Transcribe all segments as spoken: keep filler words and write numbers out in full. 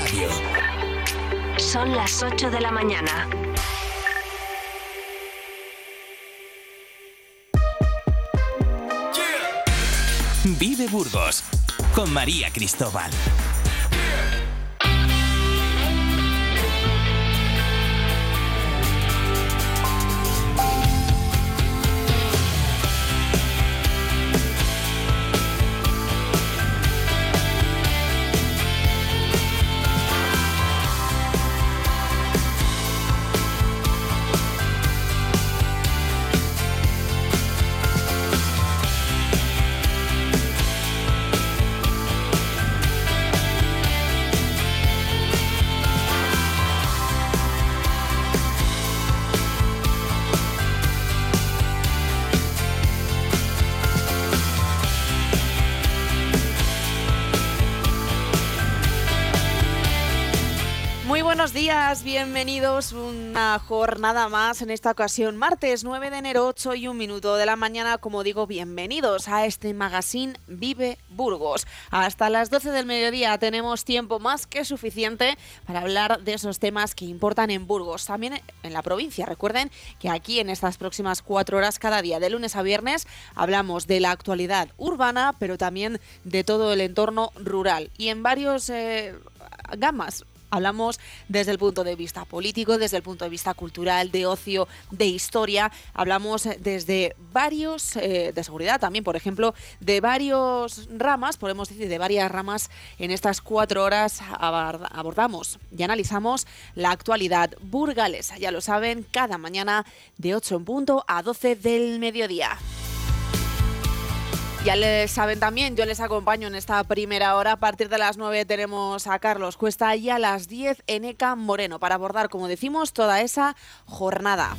Radio. Son las ocho de la mañana. Vive Burgos con María Cristóbal. Buenos días, bienvenidos una jornada más, en esta ocasión martes nueve de enero, ocho y un minuto de la mañana. Como digo, bienvenidos a este magazine Vive Burgos. Hasta las doce del mediodía tenemos tiempo más que suficiente para hablar de esos temas que importan en Burgos, también en la provincia. Recuerden que aquí en estas próximas cuatro horas cada día, de lunes a viernes, hablamos de la actualidad urbana, pero también de todo el entorno rural y en varios eh, gamas. Hablamos desde el punto de vista político, desde el punto de vista cultural, de ocio, de historia. Hablamos desde varios, eh, de seguridad también, por ejemplo, de varios ramas, podemos decir de varias ramas. En estas cuatro horas abordamos y analizamos la actualidad burgalesa. Ya lo saben, cada mañana de ocho en punto a doce del mediodía. Ya les saben también, yo les acompaño en esta primera hora. A partir de las nueve tenemos a Carlos Cuesta y a las diez Eneca Moreno para abordar, como decimos, toda esa jornada.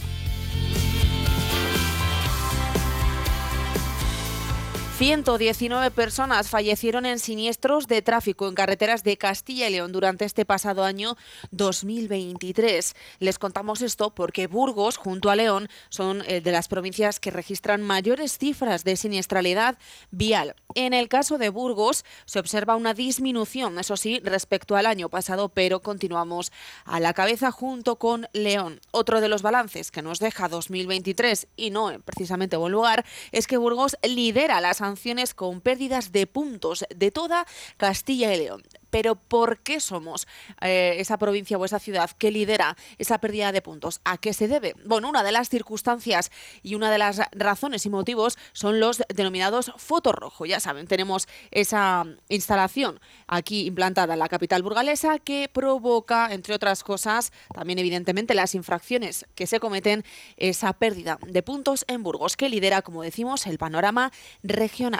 ciento diecinueve personas fallecieron en siniestros de tráfico en carreteras de Castilla y León durante este pasado año dos mil veintitrés. Les contamos esto porque Burgos, junto a León, son de las provincias que registran mayores cifras de siniestralidad vial. En el caso de Burgos se observa una disminución, eso sí, respecto al año pasado, pero continuamos a la cabeza junto con León. Otro de los balances que nos deja dos mil veintitrés, y no en precisamente buen lugar, es que Burgos lidera las sanciones con pérdidas de puntos de toda Castilla y León. Pero ¿por qué somos eh, esa provincia o esa ciudad que lidera esa pérdida de puntos? ¿A qué se debe? Bueno, una de las circunstancias y una de las razones y motivos son los denominados fotos rojo. Ya saben, tenemos esa instalación aquí implantada en la capital burgalesa que provoca, entre otras cosas, también evidentemente las infracciones que se cometen, esa pérdida de puntos en Burgos, que lidera, como decimos, el panorama regional.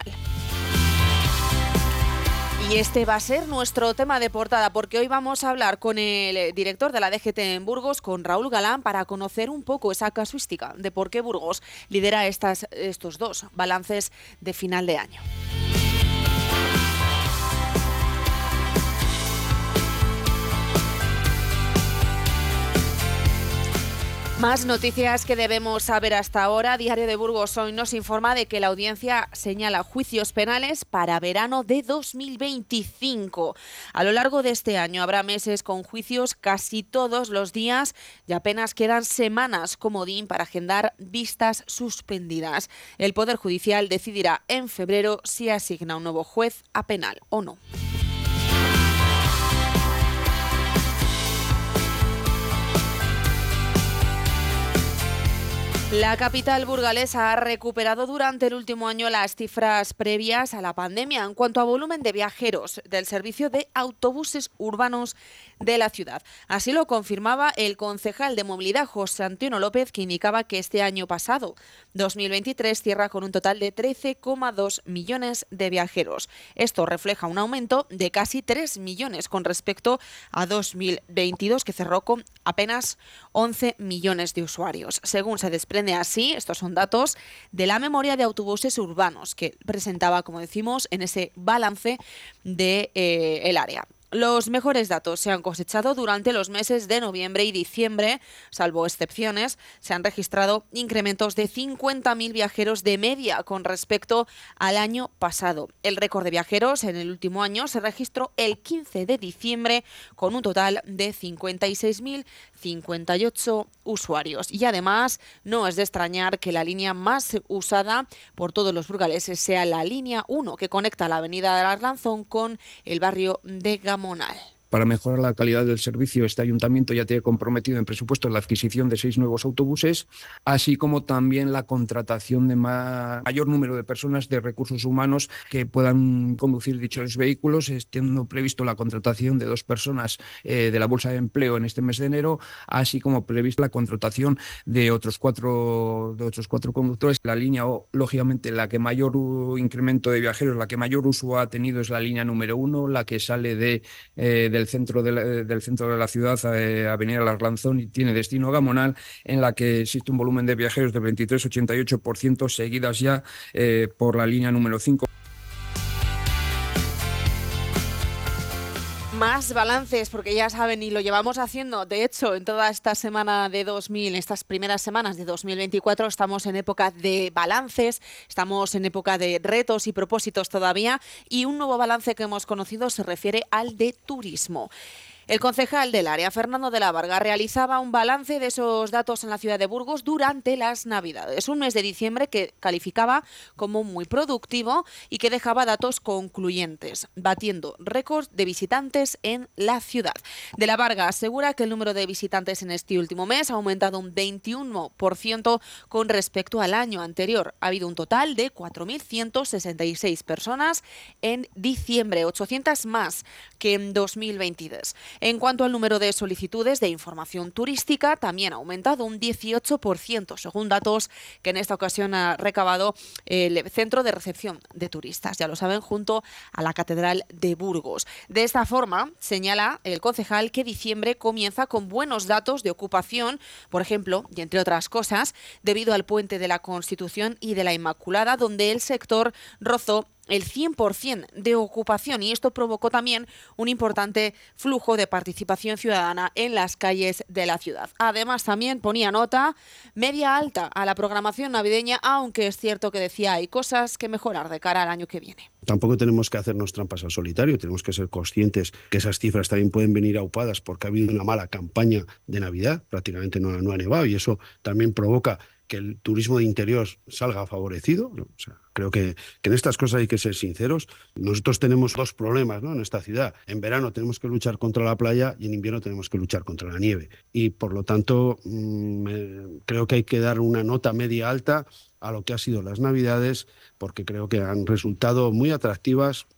Y este va a ser nuestro tema de portada, porque hoy vamos a hablar con el director de la D G T en Burgos, con Raúl Galán, para conocer un poco esa casuística de por qué Burgos lidera estas, estos dos balances de final de año. Más noticias que debemos saber hasta ahora. Diario de Burgos hoy nos informa de que la audiencia señala juicios penales para verano de dos mil veinticinco. A lo largo de este año habrá meses con juicios casi todos los días y apenas quedan semanas comodín para agendar vistas suspendidas. El Poder Judicial decidirá en febrero si asigna un nuevo juez a penal o no. La capital burgalesa ha recuperado durante el último año las cifras previas a la pandemia en cuanto a volumen de viajeros del servicio de autobuses urbanos de la ciudad. Así lo confirmaba el concejal de Movilidad, José Antonio López, que indicaba que este año pasado, dos mil veintitrés, cierra con un total de trece coma dos millones de viajeros. Esto refleja un aumento de casi tres millones con respecto a dos mil veintidós, que cerró con apenas once millones de usuarios. Según se desprende así, estos son datos de la memoria de autobuses urbanos que presentaba, como decimos, en ese balance de eh, el área. Los mejores datos se han cosechado durante los meses de noviembre y diciembre, salvo excepciones. Se han registrado incrementos de cincuenta mil viajeros de media con respecto al año pasado. El récord de viajeros en el último año se registró el quince de diciembre con un total de cincuenta y seis mil cincuenta y ocho usuarios. Y además no es de extrañar que la línea más usada por todos los burgaleses sea la línea uno, que conecta la avenida de Arlanzón con el barrio de Gamonal. Para mejorar la calidad del servicio, este ayuntamiento ya tiene comprometido en presupuesto la adquisición de seis nuevos autobuses, así como también la contratación de ma- mayor número de personas de recursos humanos que puedan conducir dichos vehículos, teniendo previsto la contratación de dos personas eh, de la Bolsa de Empleo en este mes de enero, así como previsto la contratación de otros cuatro, de otros cuatro conductores. La línea, o, lógicamente, la que mayor uh, incremento de viajeros, la que mayor uso ha tenido es la línea número uno, la que sale de, eh, del centro de la, del centro de la ciudad, eh, Avenida Arlanzón, y tiene destino Gamonal, en la que existe un volumen de viajeros de veintitrés coma ochenta y ocho por ciento, seguidas ya eh, por la línea número cinco. Más balances, porque ya saben, y lo llevamos haciendo, de hecho, en toda esta semana de dos mil, estas primeras semanas de dos mil veinticuatro, estamos en época de balances, estamos en época de retos y propósitos todavía, y un nuevo balance que hemos conocido se refiere al de turismo. El concejal del área, Fernando de la Varga, realizaba un balance de esos datos en la ciudad de Burgos durante las Navidades. Un mes de diciembre que calificaba como muy productivo y que dejaba datos concluyentes, batiendo récords de visitantes en la ciudad. De la Varga asegura que el número de visitantes en este último mes ha aumentado un veintiuno por ciento con respecto al año anterior. Ha habido un total de cuatro mil ciento sesenta y seis personas en diciembre, ochocientas más que en dos mil veintidós. En cuanto al número de solicitudes de información turística, también ha aumentado un dieciocho por ciento, según datos que en esta ocasión ha recabado el Centro de Recepción de Turistas, ya lo saben, junto a la Catedral de Burgos. De esta forma, señala el concejal que diciembre comienza con buenos datos de ocupación, por ejemplo, y entre otras cosas, debido al Puente de la Constitución y de la Inmaculada, donde el sector rozó el cien por ciento de ocupación, y esto provocó también un importante flujo de participación ciudadana en las calles de la ciudad. Además, también ponía nota media alta a la programación navideña, aunque es cierto que decía hay cosas que mejorar de cara al año que viene. Tampoco tenemos que hacernos trampas al solitario, tenemos que ser conscientes que esas cifras también pueden venir aupadas porque ha habido una mala campaña de Navidad, prácticamente no, no ha nevado, y eso también provoca que el turismo de interior salga favorecido, ¿no? O sea, creo que, que en estas cosas hay que ser sinceros. Nosotros tenemos dos problemas, ¿no?, en esta ciudad. En verano tenemos que luchar contra la playa y en invierno tenemos que luchar contra la nieve. Y por lo tanto, mmm, creo que hay que dar una nota media alta a lo que ha sido las Navidades, porque creo que han resultado muy atractivas.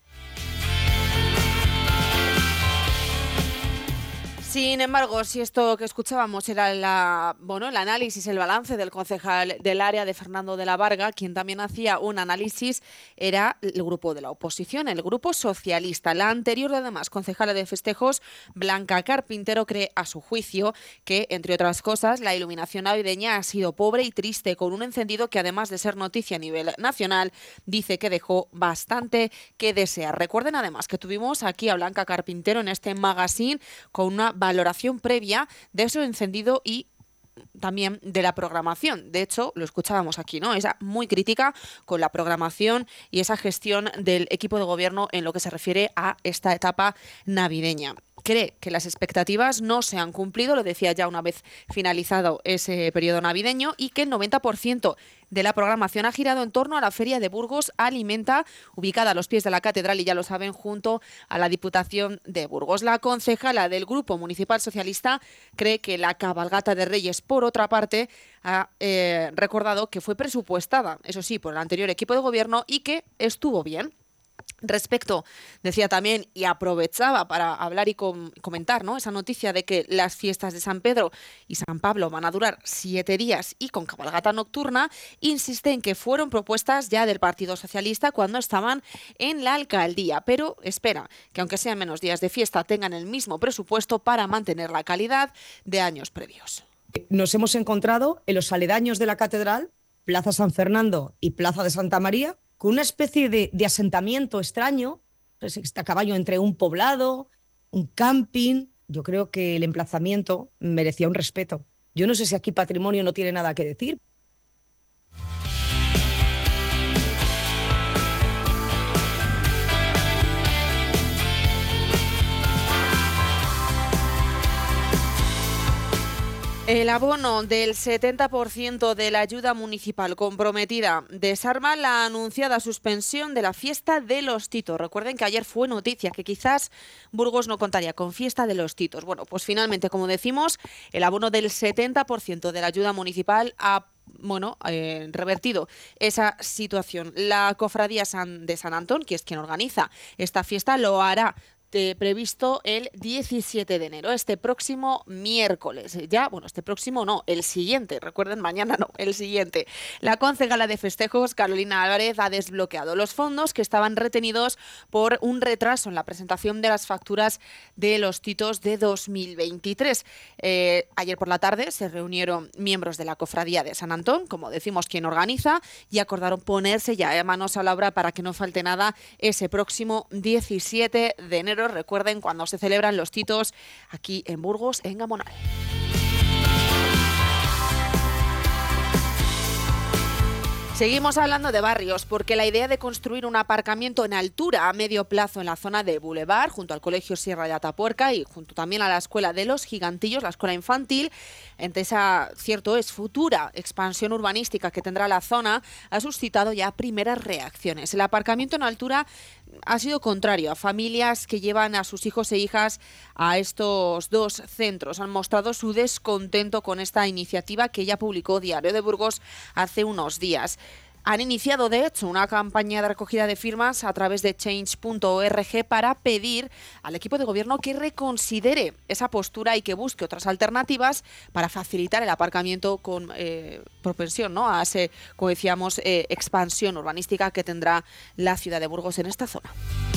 Sin embargo, si esto que escuchábamos era la, bueno, el análisis, el balance del concejal del área, de Fernando de la Varga, quien también hacía un análisis era el grupo de la oposición, el grupo socialista. La anterior, además, concejala de festejos, Blanca Carpintero, cree a su juicio que, entre otras cosas, la iluminación navideña ha sido pobre y triste, con un encendido que, además de ser noticia a nivel nacional, dice que dejó bastante que desear. Recuerden, además, que tuvimos aquí a Blanca Carpintero en este magazine con una valoración previa de ese encendido y también de la programación. De hecho, lo escuchábamos aquí, ¿no? Es muy crítica con la programación y esa gestión del equipo de gobierno en lo que se refiere a esta etapa navideña. Cree que las expectativas no se han cumplido, lo decía ya una vez finalizado ese periodo navideño, y que el noventa por ciento de la programación ha girado en torno a la Feria de Burgos Alimenta, ubicada a los pies de la Catedral y, ya lo saben, junto a la Diputación de Burgos. La concejala del Grupo Municipal Socialista cree que la cabalgata de Reyes, por otra parte, ha eh, recordado que fue presupuestada, eso sí, por el anterior equipo de gobierno y que estuvo bien. Respecto, decía también, y aprovechaba para hablar y com- comentar, ¿no?, esa noticia de que las fiestas de San Pedro y San Pablo van a durar siete días y con cabalgata nocturna, insiste en que fueron propuestas ya del Partido Socialista cuando estaban en la alcaldía, pero espera que, aunque sean menos días de fiesta, tengan el mismo presupuesto para mantener la calidad de años previos. Nos hemos encontrado en los aledaños de la Catedral, Plaza San Fernando y Plaza de Santa María, con una especie de, de asentamiento extraño, pues está a caballo entre un poblado un camping. Yo creo que el emplazamiento merecía un respeto. Yo no sé si aquí patrimonio no tiene nada que decir. El abono del setenta por ciento de la ayuda municipal comprometida desarma la anunciada suspensión de la fiesta de los Titos. Recuerden que ayer fue noticia que quizás Burgos no contaría con fiesta de los Titos. Bueno, pues finalmente, como decimos, el abono del setenta por ciento de la ayuda municipal ha bueno, eh, revertido esa situación. La Cofradía San de San Antón, que es quien organiza esta fiesta, lo hará Eh, previsto el diecisiete de enero, este próximo miércoles. Ya, bueno, este próximo no, el siguiente. Recuerden, mañana no, el siguiente. La concejala de festejos, Carolina Álvarez, ha desbloqueado los fondos que estaban retenidos por un retraso en la presentación de las facturas de los Titos de dos mil veintitrés. Eh, ayer por la tarde se reunieron miembros de la Cofradía de San Antón, como decimos, quien organiza, y acordaron ponerse ya a manos a la obra para que no falte nada ese próximo diecisiete de enero. Recuerden, cuando se celebran los Titos aquí en Burgos, en Gamonal. Seguimos hablando de barrios porque la idea de construir un aparcamiento en altura a medio plazo en la zona de Boulevard, junto al Colegio Sierra de Atapuerca y junto también a la Escuela de los Gigantillos, la escuela infantil, entre esa, cierto es, futura expansión urbanística que tendrá la zona, ha suscitado ya primeras reacciones. El aparcamiento en altura ha sido contrario a familias que llevan a sus hijos e hijas a estos dos centros. Han mostrado su descontento con esta iniciativa que ya publicó Diario de Burgos hace unos días. Han iniciado, de hecho, una campaña de recogida de firmas a través de change punto org para pedir al equipo de gobierno que reconsidere esa postura y que busque otras alternativas para facilitar el aparcamiento con eh, propensión, ¿no?, a esa, como decíamos, eh, expansión urbanística que tendrá la ciudad de Burgos en esta zona.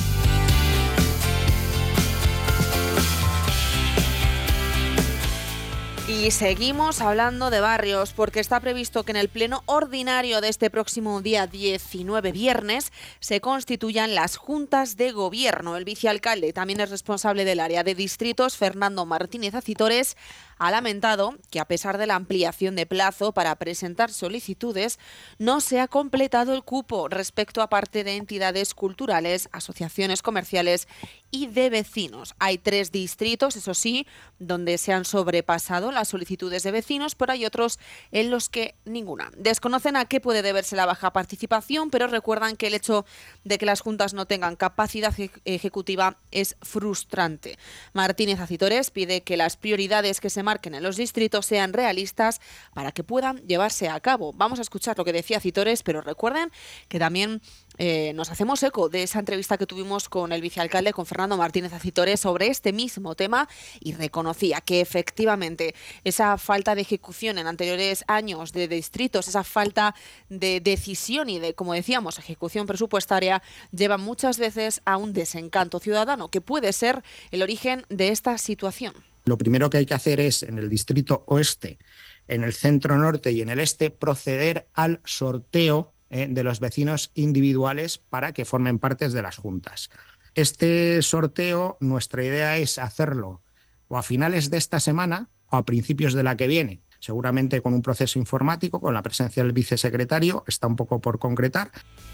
Y seguimos hablando de barrios porque está previsto que en el pleno ordinario de este próximo día diecinueve, viernes, se constituyan las juntas de gobierno. El vicealcalde, también es responsable del área de distritos, Fernando Martínez Acitores, ha lamentado que a pesar de la ampliación de plazo para presentar solicitudes, no se ha completado el cupo respecto a parte de entidades culturales, asociaciones comerciales y de vecinos. Hay tres distritos, eso sí, donde se han sobrepasado las solicitudes de vecinos, pero hay otros en los que ninguna. Desconocen a qué puede deberse la baja participación, pero recuerdan que el hecho de que las juntas no tengan capacidad ejecutiva es frustrante. Martínez Acitores pide que las prioridades que se marquen en los distritos sean realistas para que puedan llevarse a cabo. Vamos a escuchar lo que decía Acitores, pero recuerden que también eh, nos hacemos eco de esa entrevista que tuvimos con el vicealcalde, con Fernando Martínez Acitores, sobre este mismo tema, y reconocía que efectivamente esa falta de ejecución en anteriores años de distritos, esa falta de decisión y de, como decíamos, ejecución presupuestaria, lleva muchas veces a un desencanto ciudadano que puede ser el origen de esta situación. Lo primero que hay que hacer es, en el distrito oeste, en el centro norte y en el este, proceder al sorteo eh, de los vecinos individuales para que formen partes de las juntas. Este sorteo, nuestra idea es hacerlo o a finales de esta semana o a principios de la que viene, seguramente con un proceso informático, con la presencia del vicesecretario, está un poco por concretar.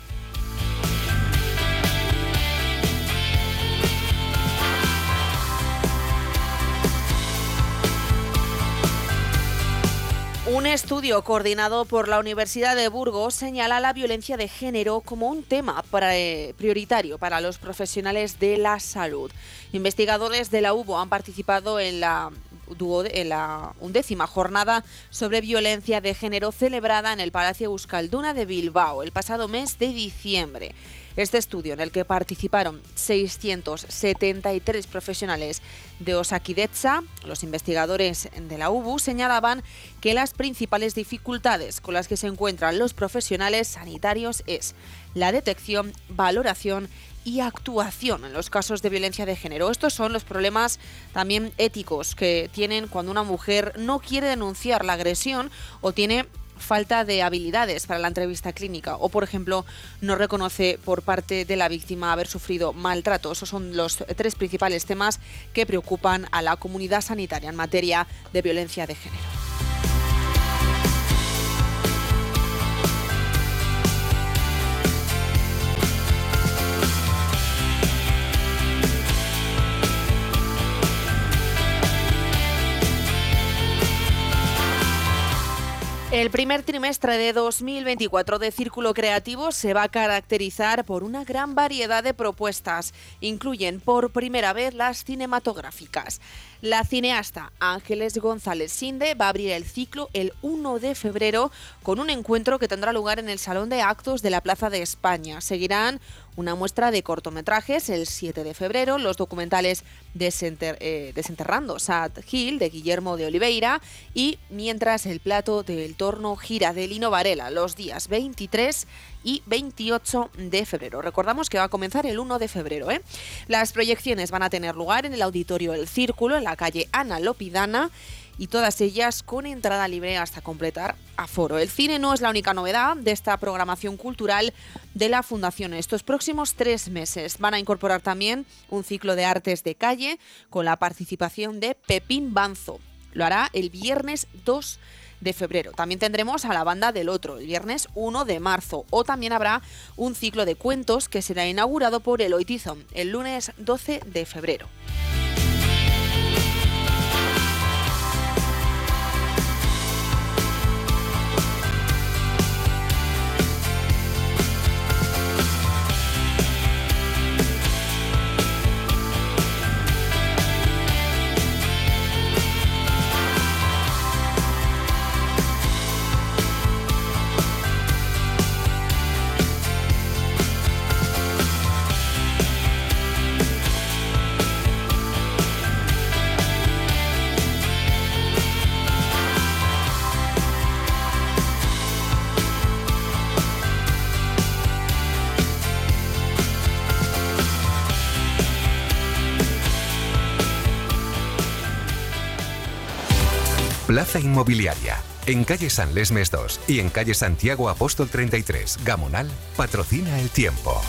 Un estudio coordinado por la Universidad de Burgos señala la violencia de género como un tema para, eh, prioritario para los profesionales de la salud. Investigadores de la U B O han participado en la, en la undécima jornada sobre violencia de género celebrada en el Palacio Euskalduna de Bilbao el pasado mes de diciembre. Este estudio, en el que participaron seiscientos setenta y tres profesionales de Osakidetza, los investigadores de la U B U señalaban que las principales dificultades con las que se encuentran los profesionales sanitarios es la detección, valoración y actuación en los casos de violencia de género. Estos son los problemas también éticos que tienen cuando una mujer no quiere denunciar la agresión o tiene falta de habilidades para la entrevista clínica o, por ejemplo, no reconoce por parte de la víctima haber sufrido maltrato. Esos son los tres principales temas que preocupan a la comunidad sanitaria en materia de violencia de género. El primer trimestre de dos mil veinticuatro de Círculo Creativo se va a caracterizar por una gran variedad de propuestas. Incluyen por primera vez las cinematográficas. La cineasta Ángeles González Sinde va a abrir el ciclo el uno de febrero con un encuentro que tendrá lugar en el Salón de Actos de la Plaza de España. Seguirán una muestra de cortometrajes el siete de febrero, los documentales Desenter, eh, Desenterrando Sad Hill de Guillermo de Oliveira y Mientras el plato del torno gira de Lino Varela los días veintitrés y veintiocho de febrero. Recordamos que va a comenzar el uno de febrero. ¿eh? Las proyecciones van a tener lugar en el Auditorio El Círculo, en la calle Ana Lopidana, y todas ellas con entrada libre hasta completar aforo. El cine no es la única novedad de esta programación cultural de la Fundación. Estos próximos tres meses van a incorporar también un ciclo de artes de calle con la participación de Pepín Banzo. Lo hará el viernes dos de febrero. También tendremos a la banda del Otro el viernes uno de marzo. O también habrá un ciclo de cuentos que será inaugurado por Eloy Tizón el lunes doce de febrero. Plaza Inmobiliaria, en calle San Lesmes dos y en calle Santiago Apóstol treinta y tres, Gamonal, patrocina el tiempo.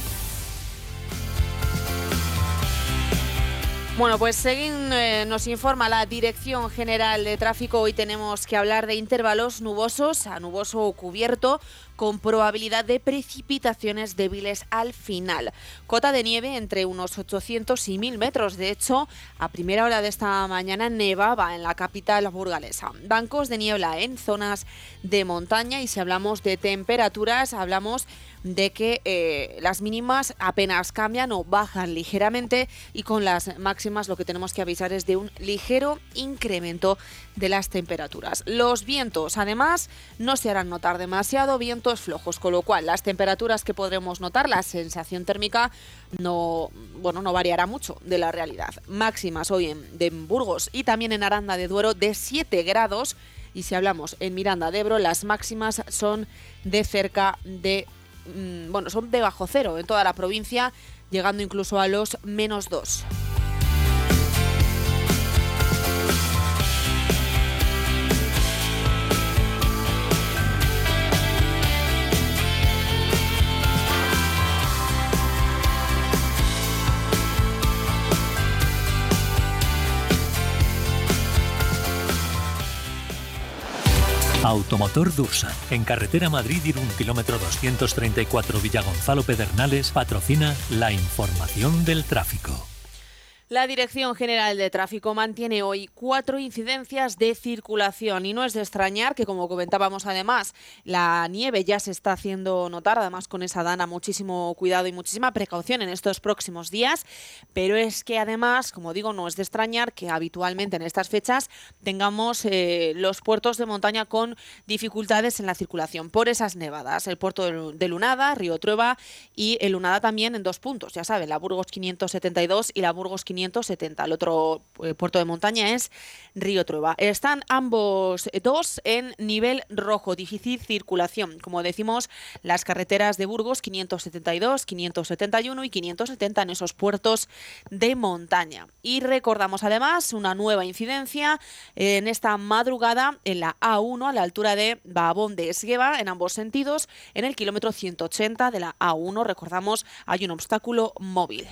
Bueno, pues según eh, nos informa la Dirección General de Tráfico, hoy tenemos que hablar de intervalos nubosos a nuboso o cubierto, con probabilidad de precipitaciones débiles al final. Cota de nieve entre unos ochocientos y mil metros. De hecho, a primera hora de esta mañana nevaba en la capital burgalesa. Bancos de niebla en zonas de montaña, y si hablamos de temperaturas, hablamos de que eh, las mínimas apenas cambian o bajan ligeramente, y con las máximas lo que tenemos que avisar es de un ligero incremento de las temperaturas. Los vientos, además, no se harán notar demasiado, vientos flojos, con lo cual las temperaturas que podremos notar, la sensación térmica no, bueno, no variará mucho de la realidad. Máximas hoy en, de Burgos y también en Aranda de Duero de siete grados, y si hablamos en Miranda de Ebro, las máximas son de cerca de bueno, son de bajo cero en toda la provincia, llegando incluso a los menos dos. Automotor Dursan, en carretera Madrid-Irún, kilómetro doscientos treinta y cuatro, Villagonzalo Pedernales, patrocina la información del tráfico. La Dirección General de Tráfico mantiene hoy cuatro incidencias de circulación, y no es de extrañar que, como comentábamos además, la nieve ya se está haciendo notar, además con esa dana, muchísimo cuidado y muchísima precaución en estos próximos días, pero es que además, como digo, no es de extrañar que habitualmente en estas fechas tengamos eh, los puertos de montaña con dificultades en la circulación por esas nevadas, el puerto de Lunada, Río Trueba, y el Lunada también en dos puntos, ya saben, la Burgos quinientos setenta y dos y la Burgos quinientos quinientos setenta. El otro eh, puerto de montaña es Río Trueba. Están ambos dos en nivel rojo, difícil circulación. Como decimos, las carreteras de Burgos quinientos setenta y dos, quinientos setenta y uno y quinientos setenta en esos puertos de montaña. Y recordamos además una nueva incidencia en esta madrugada en la A uno a la altura de Babón de Esgueva, en ambos sentidos, en el kilómetro ciento ochenta de la A uno. Recordamos, hay un obstáculo móvil.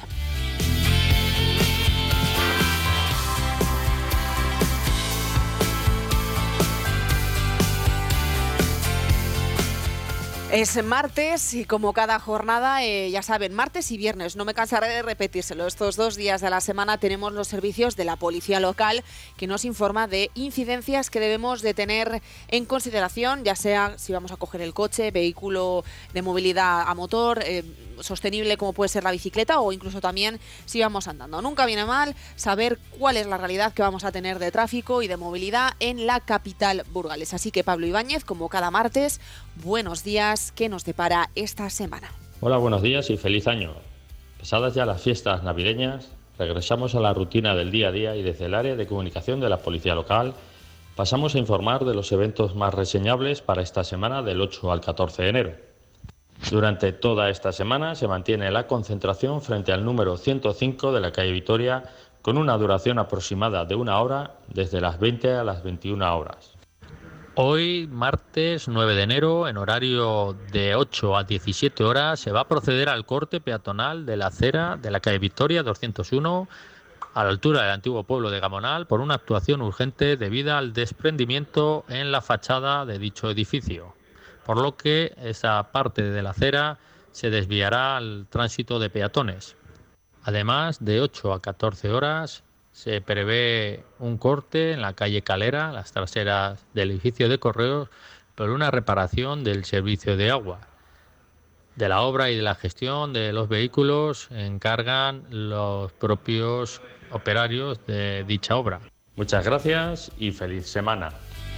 Es martes y como cada jornada, eh, ya saben, martes y viernes, no me cansaré de repetírselo. Estos dos días de la semana tenemos los servicios de la policía local que nos informa de incidencias que debemos de tener en consideración, ya sea si vamos a coger el coche, vehículo de movilidad a motor, eh, sostenible como puede ser la bicicleta o incluso también si vamos andando. Nunca viene mal saber cuál es la realidad que vamos a tener de tráfico y de movilidad en la capital burgalesa. Así que Pablo Ibáñez, como cada martes, buenos días. ¿Qué nos depara esta semana? Hola, buenos días y feliz año. Pasadas ya las fiestas navideñas, regresamos a la rutina del día a día y desde el área de comunicación de la policía local pasamos a informar de los eventos más reseñables para esta semana del ocho al catorce de enero. Durante toda esta semana se mantiene la concentración frente al número ciento cinco de la calle Vitoria con una duración aproximada de una hora desde las veinte a las veintiuna horas. Hoy, martes nueve de enero, en horario de ocho a diecisiete horas, se va a proceder al corte peatonal de la acera de la calle Victoria doscientos uno a la altura del antiguo pueblo de Gamonal por una actuación urgente debida al desprendimiento en la fachada de dicho edificio, por lo que esa parte de la acera se desviará al tránsito de peatones. Además, de ocho a catorce horas, se prevé un corte en la calle Calera, las traseras del edificio de correos, por una reparación del servicio de agua. De la obra y de la gestión de los vehículos se encargan los propios operarios de dicha obra. Muchas gracias y feliz semana.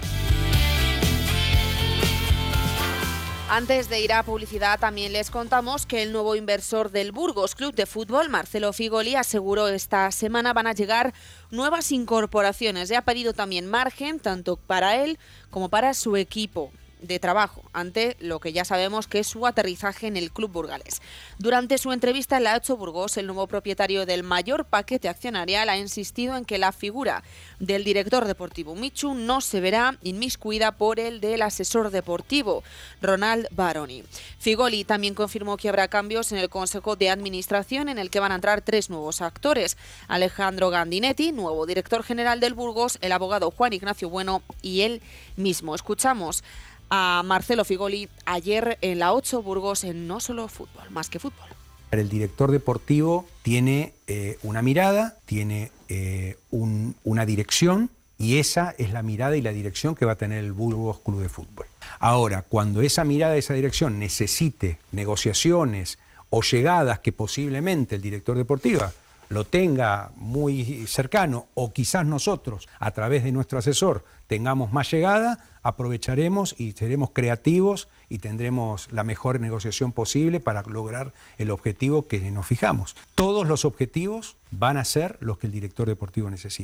Antes de ir a publicidad, también les contamos que el nuevo inversor del Burgos Club de Fútbol, Marcelo Figoli, aseguró esta semana van a llegar nuevas incorporaciones. Ya ha pedido también margen, tanto para él como para su equipo de trabajo, ante lo que ya sabemos que es su aterrizaje en el club burgalés. Durante su entrevista en la ocho Burgos, el nuevo propietario del mayor paquete accionarial ha insistido en que la figura del director deportivo Michu no se verá inmiscuida por el del asesor deportivo Ronald Baroni. Figoli también confirmó que habrá cambios en el Consejo de Administración, en el que van a entrar tres nuevos actores: Alejandro Gandinetti, nuevo director general del Burgos, el abogado Juan Ignacio Bueno y él mismo. Escuchamos a Marcelo Figoli ayer en la ocho Burgos en No Solo Fútbol, más que fútbol. El director deportivo tiene eh, una mirada, tiene eh, un, una dirección, y esa es la mirada y la dirección que va a tener el Burgos Club de Fútbol. Ahora, cuando esa mirada, esa dirección necesite negociaciones o llegadas que posiblemente el director deportivo lo tenga muy cercano, o quizás nosotros, a través de nuestro asesor, tengamos más llegada, aprovecharemos y seremos creativos y tendremos la mejor negociación posible para lograr el objetivo que nos fijamos. Todos los objetivos van a ser los que el director deportivo necesita.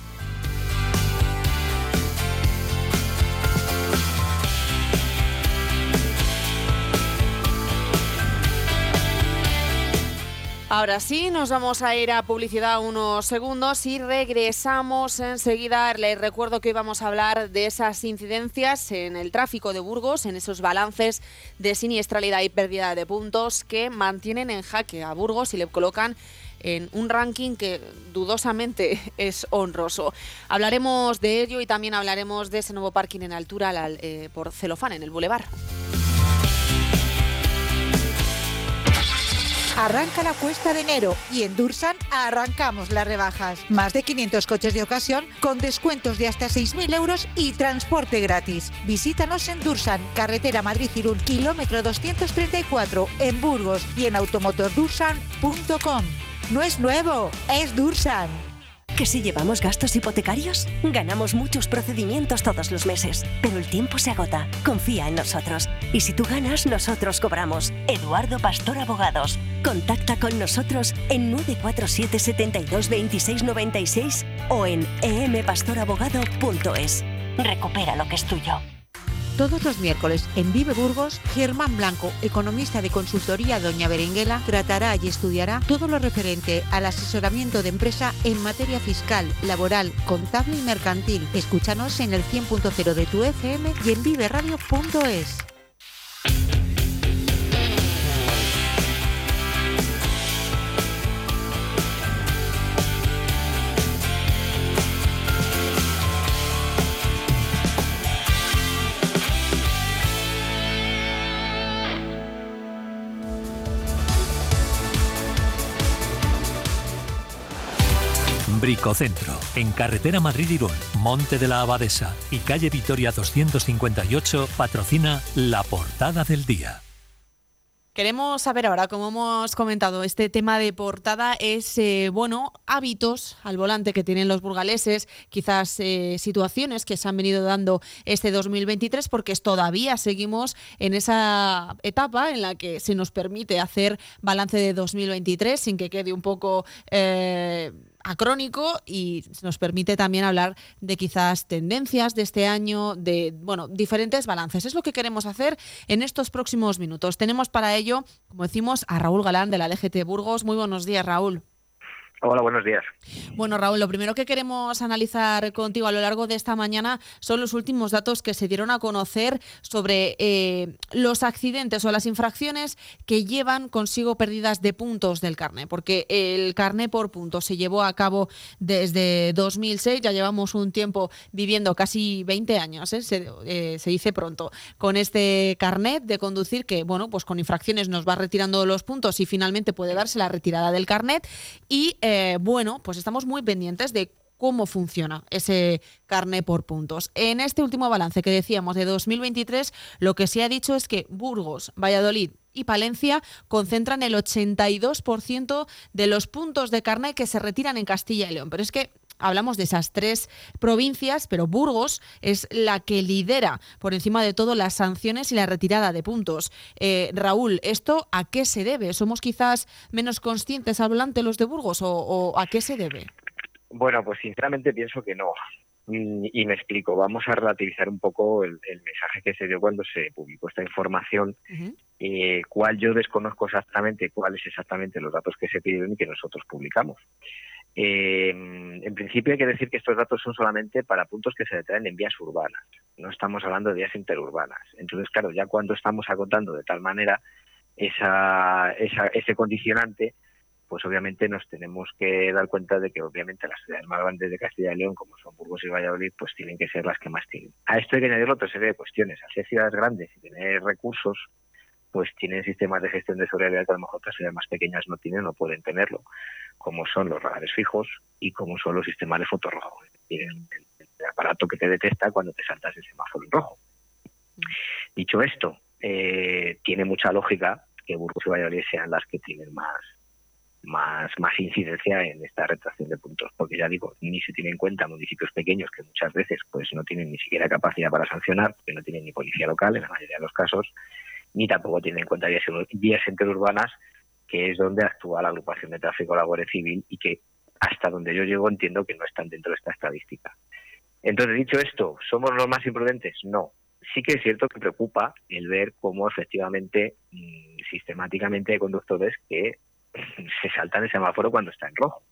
Ahora sí, nos vamos a ir a publicidad unos segundos y regresamos enseguida. Les recuerdo que hoy vamos a hablar de esas incidencias en el tráfico de Burgos, en esos balances de siniestralidad y pérdida de puntos que mantienen en jaque a Burgos y le colocan en un ranking que dudosamente es honroso. Hablaremos de ello y también hablaremos de ese nuevo parking en altura eh, por celofán en el Boulevard. Arranca la cuesta de enero y en Dursan arrancamos las rebajas. Más de quinientos coches de ocasión con descuentos de hasta seis mil euros y transporte gratis. Visítanos en Dursan, carretera Madrid-Irún, kilómetro doscientos treinta y cuatro, en Burgos, y en automotordursan punto com. No es nuevo, es Dursan. ¿Que si llevamos gastos hipotecarios? Ganamos muchos procedimientos todos los meses, pero el tiempo se agota. Confía en nosotros. Y si tú ganas, nosotros cobramos. Eduardo Pastor Abogados. Contacta con nosotros en nueve cuatro siete, setenta y dos, veintiséis, noventa y seis o en e m pastor abogado punto es. Recupera lo que es tuyo. Todos los miércoles en Vive Burgos, Germán Blanco, economista de consultoría Doña Berenguela, tratará y estudiará todo lo referente al asesoramiento de empresa en materia fiscal, laboral, contable y mercantil. Escúchanos en el cien punto cero de tu F M y en vive radio punto es. Bricocentro, en carretera Madrid-Irún, Monte de la Abadesa y calle Vitoria doscientos cincuenta y ocho, patrocina La Portada del Día. Queremos saber ahora, como hemos comentado, este tema de portada es, eh, bueno, hábitos al volante que tienen los burgaleses, quizás eh, situaciones que se han venido dando este dos mil veintitrés, porque todavía seguimos en esa etapa en la que se nos permite hacer balance de dos mil veintitrés sin que quede un poco eh, acrónico, y nos permite también hablar de quizás tendencias de este año, de bueno, diferentes balances. Es lo que queremos hacer en estos próximos minutos. Tenemos para ello, como decimos, a Raúl Galán de la D G T Burgos. Muy buenos días, Raúl. Hola, buenos días. Bueno, Raúl, lo primero que queremos analizar contigo a lo largo de esta mañana son los últimos datos que se dieron a conocer sobre eh, los accidentes o las infracciones que llevan consigo pérdidas de puntos del carné, porque el carné por puntos se llevó a cabo desde dos mil seis, ya llevamos un tiempo viviendo, casi veinte años, ¿eh? Se, eh, se dice pronto, con este carnet de conducir que, bueno, pues con infracciones nos va retirando los puntos y finalmente puede darse la retirada del carnet. Y eh, Eh, bueno, pues estamos muy pendientes de cómo funciona ese carné por puntos. En este último balance que decíamos de dos mil veintitrés, lo que se ha dicho es que Burgos, Valladolid y Palencia concentran el ochenta y dos por ciento de los puntos de carné que se retiran en Castilla y León. Pero es que hablamos de esas tres provincias, pero Burgos es la que lidera por encima de todo las sanciones y la retirada de puntos. Eh, Raúl, ¿esto a qué se debe? ¿Somos quizás menos conscientes al volante los de Burgos o, o a qué se debe? Bueno, pues sinceramente pienso que no. Y, y me explico. Vamos a relativizar un poco el, el mensaje que se dio cuando se publicó esta información, uh-huh. eh, cual yo desconozco exactamente cuáles exactamente los datos que se pidieron y que nosotros publicamos. Eh, en principio hay que decir que estos datos son solamente para puntos que se detraen en vías urbanas, no estamos hablando de vías interurbanas. Entonces, claro, ya cuando estamos acotando de tal manera esa, esa, ese condicionante, pues obviamente nos tenemos que dar cuenta de que obviamente las ciudades más grandes de Castilla y León, como son Burgos y Valladolid, pues tienen que ser las que más tienen. A esto hay que añadir otra serie de cuestiones. Al ser ciudades grandes y tener recursos, pues tienen sistemas de gestión de seguridad que a lo mejor otras ciudades más pequeñas no tienen, no pueden tenerlo, como son los radares fijos y como son los sistemas de fotorrojo, es decir, el, el, el aparato que te detecta cuando te saltas el semáforo en rojo. Mm. Dicho esto, eh, tiene mucha lógica que Burgos y Valladolid sean las que tienen más, más, más incidencia en esta retracción de puntos, porque ya digo, ni se tiene en cuenta municipios pequeños que muchas veces pues no tienen ni siquiera capacidad para sancionar, porque no tienen ni policía local en la mayoría de los casos, ni tampoco tienen en cuenta vías, vías interurbanas, que es donde actúa la agrupación de tráfico, la Guardia Civil, y que hasta donde yo llego entiendo que no están dentro de esta estadística. Entonces, dicho esto, ¿somos los más imprudentes? No. Sí que es cierto que preocupa el ver cómo efectivamente, mmm, sistemáticamente hay conductores que se saltan el semáforo cuando está en rojo.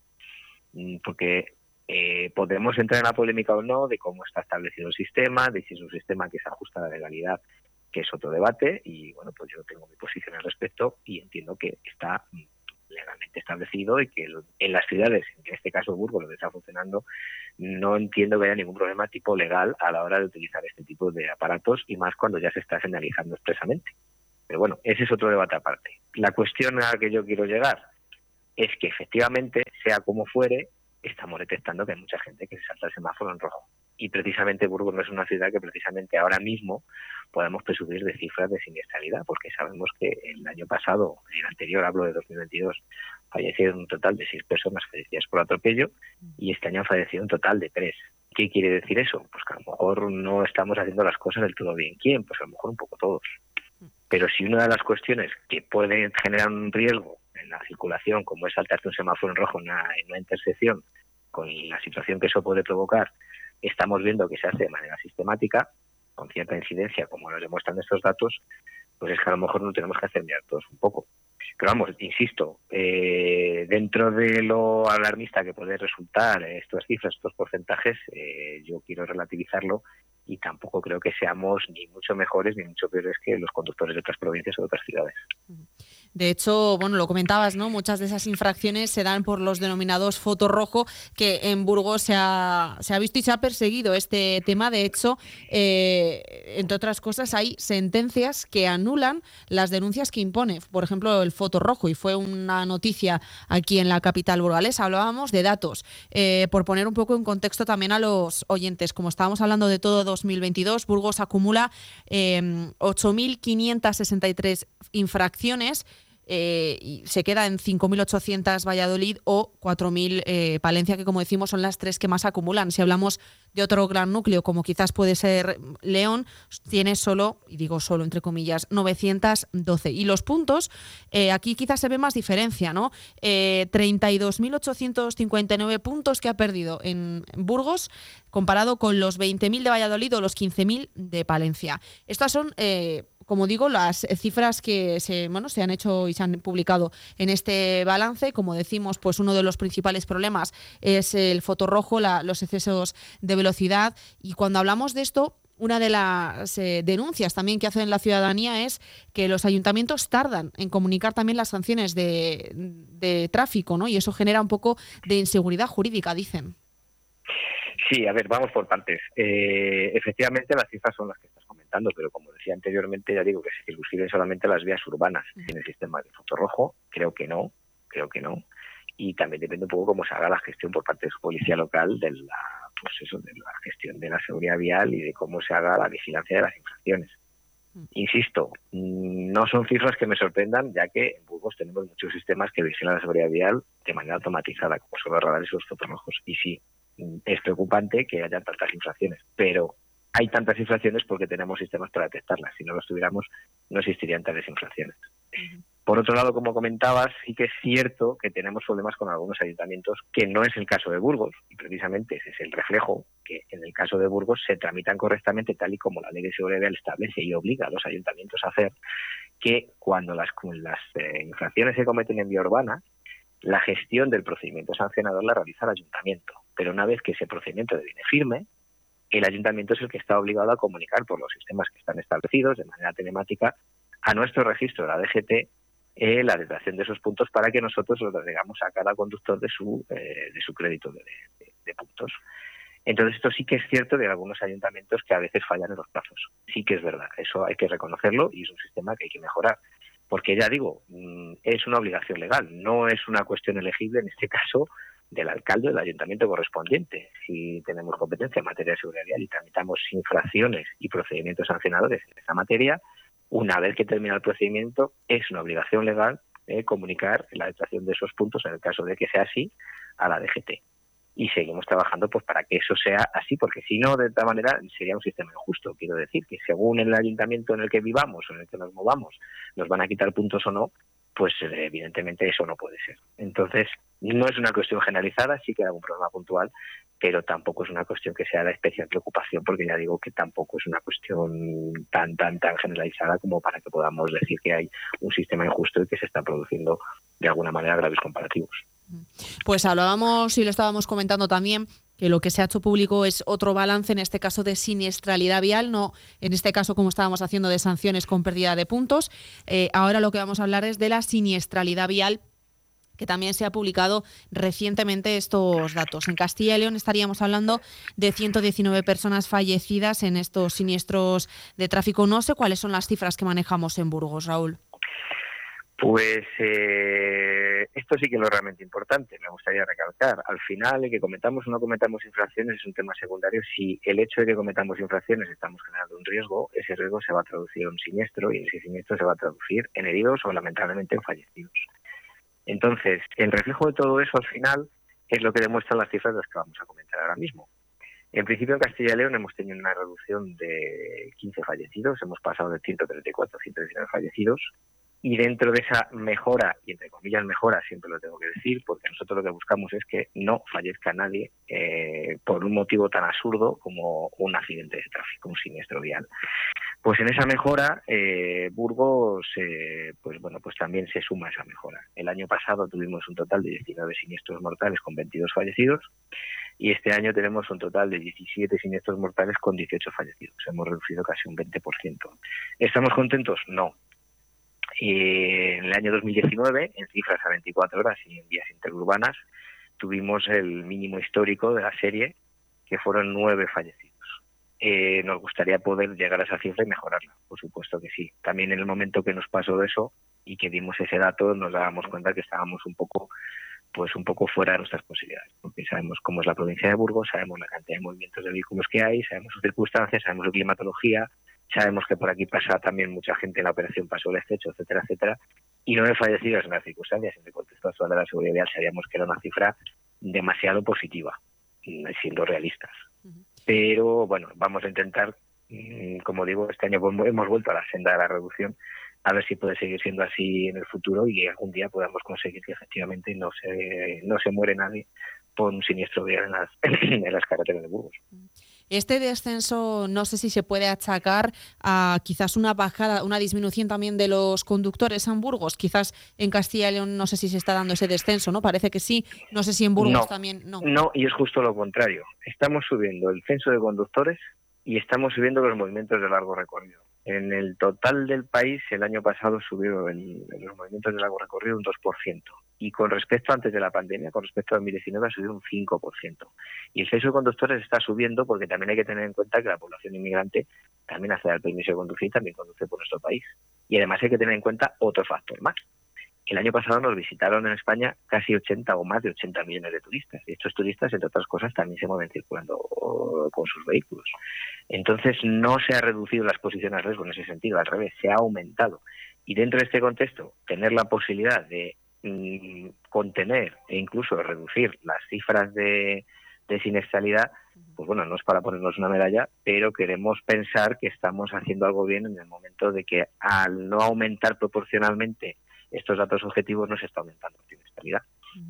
Porque eh, podemos entrar en la polémica o no de cómo está establecido el sistema, de si es un sistema que se ajusta a la legalidad, que es otro debate, y bueno, pues yo tengo mi posición al respecto y entiendo que está legalmente establecido y que en las ciudades, en este caso Burgos, lo que está funcionando, no entiendo que haya ningún problema tipo legal a la hora de utilizar este tipo de aparatos, y más cuando ya se está señalizando expresamente. Pero bueno, ese es otro debate aparte. La cuestión a la que yo quiero llegar es que efectivamente, sea como fuere, estamos detectando que hay mucha gente que se salta el semáforo en rojo. Y precisamente Burgos no es una ciudad que precisamente ahora mismo podamos presumir de cifras de siniestralidad, porque sabemos que el año pasado, el anterior, hablo de dos mil veintidós, fallecieron un total de seis personas fallecidas por atropello y este año han fallecido un total de tres. ¿Qué quiere decir eso? Pues que a lo mejor no estamos haciendo las cosas del todo bien. ¿Quién? Pues a lo mejor un poco todos. Pero si una de las cuestiones que pueden generar un riesgo en la circulación, como es saltarte un semáforo en rojo en una, en una intersección, con la situación que eso puede provocar, estamos viendo que se hace de manera sistemática, con cierta incidencia, como nos demuestran estos datos, pues es que a lo mejor no tenemos que hacer mirar todos un poco. Pero vamos, insisto, eh, dentro de lo alarmista que puede resultar estas cifras, estos porcentajes, eh, yo quiero relativizarlo y tampoco creo que seamos ni mucho mejores ni mucho peores que los conductores de otras provincias o de otras ciudades. De hecho, bueno, lo comentabas, ¿no? Muchas de esas infracciones se dan por los denominados foto rojo, que en Burgos se ha, se ha visto y se ha perseguido este tema. De hecho, eh, entre otras cosas, hay sentencias que anulan las denuncias que impone, por ejemplo, el foto rojo, y fue una noticia aquí en la capital burgalesa. Hablábamos de datos, eh, por poner un poco en contexto también a los oyentes. Como estábamos hablando de todo dos mil veintidós, Burgos acumula eh, ocho mil quinientas sesenta y tres infracciones, Eh, y se queda en cinco mil ochocientos Valladolid o cuatro mil eh, Palencia, que como decimos son las tres que más acumulan. Si hablamos de otro gran núcleo, como quizás puede ser León, tiene solo, y digo solo entre comillas, novecientos doce. Y los puntos, eh, aquí quizás se ve más diferencia, ¿no? Eh, treinta y dos mil ochocientos cincuenta y nueve puntos que ha perdido en Burgos, comparado con los veinte mil de Valladolid o los quince mil de Palencia. Estas son... Eh, Como digo, las cifras que se, bueno, se han hecho y se han publicado en este balance. Como decimos, pues uno de los principales problemas es el foto rojo, la, los excesos de velocidad. Y cuando hablamos de esto, una de las eh, denuncias también que hacen la ciudadanía es que los ayuntamientos tardan en comunicar también las sanciones de, de tráfico, ¿no? Y eso genera un poco de inseguridad jurídica, dicen. Sí, a ver, vamos por partes. Eh, efectivamente, las cifras son las que estás comentando, pero como decía anteriormente, ya digo que se circunscriben solamente las vías urbanas. ¿Tiene el sistema de foto rojo? Creo que no, creo que no. Y también depende un poco cómo se haga la gestión por parte de su policía local de la, pues eso, de la gestión de la seguridad vial y de cómo se haga la vigilancia de las infracciones. Insisto, no son cifras que me sorprendan, ya que en Burgos tenemos muchos sistemas que vigilan la seguridad vial de manera automatizada, como son los radares y los fotorrojos. Y sí, es preocupante que haya tantas infracciones, pero hay tantas infracciones porque tenemos sistemas para detectarlas. Si no los tuviéramos, no existirían tales infracciones. Uh-huh. Por otro lado, como comentabas, sí que es cierto que tenemos problemas con algunos ayuntamientos, que no es el caso de Burgos, y precisamente ese es el reflejo, que en el caso de Burgos se tramitan correctamente tal y como la Ley de Seguridad Vial establece y obliga a los ayuntamientos a hacer, que cuando las, las eh, infracciones se cometen en vía urbana, la gestión del procedimiento sancionador la realiza el ayuntamiento, pero una vez que ese procedimiento deviene firme, el ayuntamiento es el que está obligado a comunicar por los sistemas que están establecidos de manera telemática a nuestro registro de la D G T eh, la detección de esos puntos para que nosotros los agregamos a cada conductor de su eh, de su crédito de, de, de puntos. Entonces esto sí que es cierto de algunos ayuntamientos que a veces fallan en los plazos. Sí que es verdad, eso hay que reconocerlo y es un sistema que hay que mejorar. Porque ya digo, es una obligación legal, no es una cuestión elegible en este caso del alcalde o del ayuntamiento correspondiente. Si tenemos competencia en materia de seguridad vial y tramitamos infracciones y procedimientos sancionadores en esa materia, una vez que termina el procedimiento es una obligación legal eh, comunicar la detección de esos puntos, en el caso de que sea así, a la D G T. Y seguimos trabajando pues para que eso sea así, porque si no, de esta manera sería un sistema injusto. Quiero decir que según el ayuntamiento en el que vivamos o en el que nos movamos, nos van a quitar puntos o no, pues evidentemente eso no puede ser. Entonces, no es una cuestión generalizada, sí que hay algún problema puntual, pero tampoco es una cuestión que sea de especial preocupación, porque ya digo que tampoco es una cuestión tan, tan, tan generalizada como para que podamos decir que hay un sistema injusto y que se están produciendo de alguna manera graves comparativos. Pues hablábamos y lo estábamos comentando también que lo que se ha hecho público es otro balance, en este caso de siniestralidad vial, no en este caso como estábamos haciendo de sanciones con pérdida de puntos. Eh, ahora lo que vamos a hablar es de la siniestralidad vial, que también se ha publicado recientemente estos datos. En Castilla y León estaríamos hablando de ciento diecinueve personas fallecidas en estos siniestros de tráfico. No sé cuáles son las cifras que manejamos en Burgos, Raúl. Pues eh, esto sí que es lo realmente importante, me gustaría recalcar. Al final, el que cometamos o no cometamos infracciones es un tema secundario. Si el hecho de que cometamos infracciones estamos generando un riesgo, ese riesgo se va a traducir en un siniestro y ese siniestro se va a traducir en heridos o lamentablemente en fallecidos. Entonces, el reflejo de todo eso al final es lo que demuestran las cifras de las que vamos a comentar ahora mismo. En principio, en Castilla y León hemos tenido una reducción de quince fallecidos, hemos pasado de ciento treinta y cuatro a ciento diecinueve fallecidos, y dentro de esa mejora, y entre comillas mejora, siempre lo tengo que decir, porque nosotros lo que buscamos es que no fallezca nadie eh, por un motivo tan absurdo como un accidente de tráfico, un siniestro vial. Pues en esa mejora, eh, Burgos, eh, pues bueno, pues también se suma esa mejora. El año pasado tuvimos un total de diecinueve siniestros mortales con veintidós fallecidos, y este año tenemos un total de diecisiete siniestros mortales con dieciocho fallecidos. Hemos reducido casi un veinte por ciento. ¿Estamos contentos? No. Eh, en el año dos mil diecinueve, en cifras a veinticuatro horas y en vías interurbanas, tuvimos el mínimo histórico de la serie, que fueron nueve fallecidos. Eh, nos gustaría poder llegar a esa cifra y mejorarla, por supuesto que sí. También en el momento que nos pasó eso y que dimos ese dato, nos dábamos cuenta que estábamos un poco pues un poco fuera de nuestras posibilidades, porque sabemos cómo es la provincia de Burgos, sabemos la cantidad de movimientos de vehículos que hay, sabemos sus circunstancias, sabemos su climatología, sabemos que por aquí pasa también mucha gente en la operación Paso del Estrecho, etcétera, etcétera, y nueve fallecidos en las circunstancias. En el contexto actual de la seguridad vial sabíamos que era una cifra demasiado positiva, siendo realistas. Uh-huh. Pero bueno, vamos a intentar, como digo, este año hemos vuelto a la senda de la reducción, a ver si puede seguir siendo así en el futuro y algún día podamos conseguir que efectivamente no se no se muere nadie por un siniestro vial en las, en las carreteras de Burgos. Este descenso no sé si se puede achacar a quizás una bajada, una disminución también de los conductores en Burgos. Quizás en Castilla y León no sé si se está dando ese descenso, ¿no? Parece que sí. No sé si en Burgos no, también. No. no, y es justo lo contrario. Estamos subiendo el censo de conductores y estamos subiendo los movimientos de largo recorrido. En el total del país, el año pasado subió el, los movimientos de largo recorrido un dos por ciento. Y con respecto a antes de la pandemia, con respecto a dos mil diecinueve, ha subido un cinco por ciento. Y el censo de conductores está subiendo porque también hay que tener en cuenta que la población inmigrante también accede al permiso de conducir, también conduce por nuestro país. Y además hay que tener en cuenta otro factor más. El año pasado nos visitaron en España casi ochenta o más de ochenta millones de turistas. Y estos turistas, entre otras cosas, también se mueven circulando con sus vehículos. Entonces no se ha reducido la exposición al riesgo en ese sentido, al revés, se ha aumentado. Y dentro de este contexto, tener la posibilidad de mmm, contener e incluso reducir las cifras de, de siniestralidad, pues bueno, no es para ponernos una medalla, pero queremos pensar que estamos haciendo algo bien en el momento de que al no aumentar proporcionalmente estos datos objetivos no se está aumentando la siniestralidad.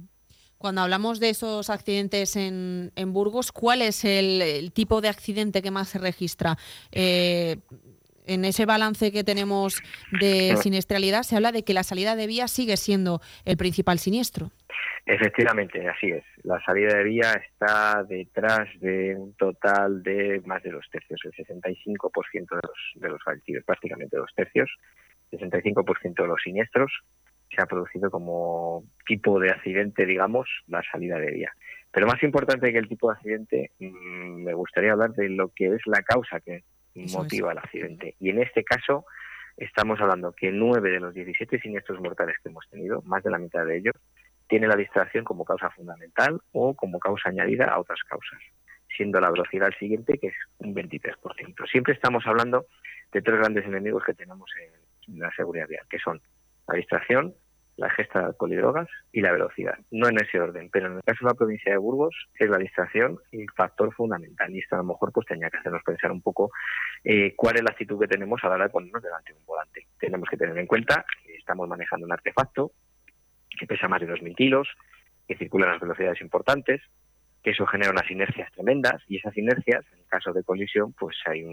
Cuando hablamos de esos accidentes en, en Burgos, ¿cuál es el, el tipo de accidente que más se registra? Eh, en ese balance que tenemos de siniestralidad se habla de que la salida de vía sigue siendo el principal siniestro. Efectivamente, así es. La salida de vía está detrás de un total de más de dos tercios, el sesenta y cinco por ciento de los, de los fallecidos, prácticamente dos tercios. sesenta y cinco por ciento de los siniestros se ha producido como tipo de accidente, digamos, la salida de vía. Pero más importante que el tipo de accidente, mmm, me gustaría hablar de lo que es la causa que Eso motiva es. el accidente. Y en este caso estamos hablando que nueve de los diecisiete siniestros mortales que hemos tenido, más de la mitad de ellos, tiene la distracción como causa fundamental o como causa añadida a otras causas, siendo la velocidad el siguiente, que es un veintitrés por ciento. Siempre estamos hablando de tres grandes enemigos que tenemos en la seguridad vial, que son la distracción, la ingesta de alcohol y drogas y la velocidad. No en ese orden, pero en el caso de la provincia de Burgos es la distracción el factor fundamental, y esto a lo mejor pues tenía que hacernos pensar un poco eh, cuál es la actitud que tenemos a la hora de ponernos delante de un volante. Tenemos que tener en cuenta que estamos manejando un artefacto que pesa más de dos mil kilos, que circula a las velocidades importantes, que eso genera unas inercias tremendas, y esas inercias, en caso de colisión, pues hay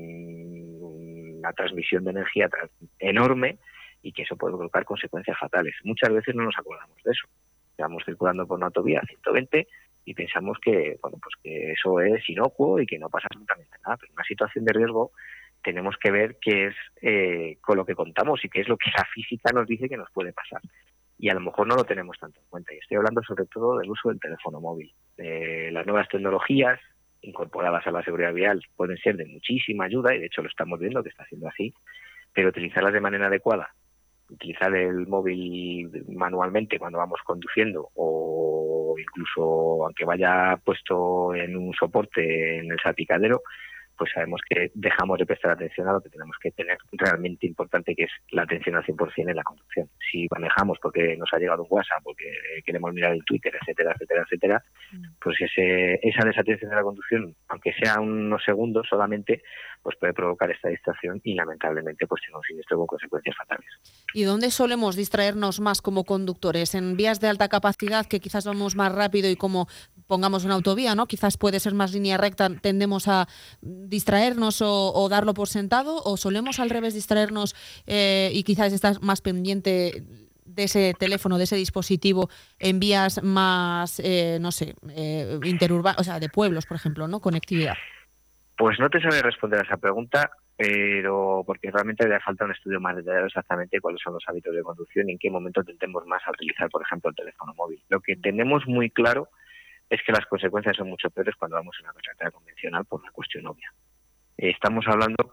un, una transmisión de energía enorme y que eso puede provocar consecuencias fatales. Muchas veces no nos acordamos de eso. Estamos circulando por una autovía a ciento veinte y pensamos que, bueno, pues que eso es inocuo y que no pasa absolutamente nada, pero en una situación de riesgo tenemos que ver qué es eh, con lo que contamos y qué es lo que la física nos dice que nos puede pasar. Y a lo mejor no lo tenemos tanto en cuenta. Y estoy hablando sobre todo del uso del teléfono móvil. Eh, las nuevas tecnologías incorporadas a la seguridad vial pueden ser de muchísima ayuda, y de hecho lo estamos viendo que está siendo así, pero utilizarlas de manera adecuada, utilizar el móvil manualmente cuando vamos conduciendo, o incluso aunque vaya puesto en un soporte en el salpicadero, pues sabemos que dejamos de prestar atención a lo que tenemos que tener realmente importante, que es la atención al cien por ciento en la conducción. Si manejamos porque nos ha llegado un WhatsApp, porque queremos mirar el Twitter, etcétera, etcétera, etcétera, pues ese, esa desatención de la conducción, aunque sea unos segundos solamente, pues puede provocar esta distracción y lamentablemente pues tiene un siniestro con consecuencias fatales. ¿Y dónde solemos distraernos más como conductores? ¿En vías de alta capacidad, que quizás vamos más rápido y como pongamos una autovía, ¿no? Quizás puede ser más línea recta, tendemos a distraernos o, o darlo por sentado, o solemos al revés distraernos eh, y quizás estás más pendiente de ese teléfono, de ese dispositivo en vías más, eh, no sé, eh, interurbanas, o sea, de pueblos, por ejemplo, ¿no? Conectividad. Pues no te sabré responder a esa pregunta, pero porque realmente haría falta un estudio más detallado exactamente cuáles son los hábitos de conducción y en qué momento tendemos más a utilizar, por ejemplo, el teléfono móvil. Lo que tenemos muy claro es que las consecuencias son mucho peores cuando vamos en una carretera convencional por una cuestión obvia. Estamos hablando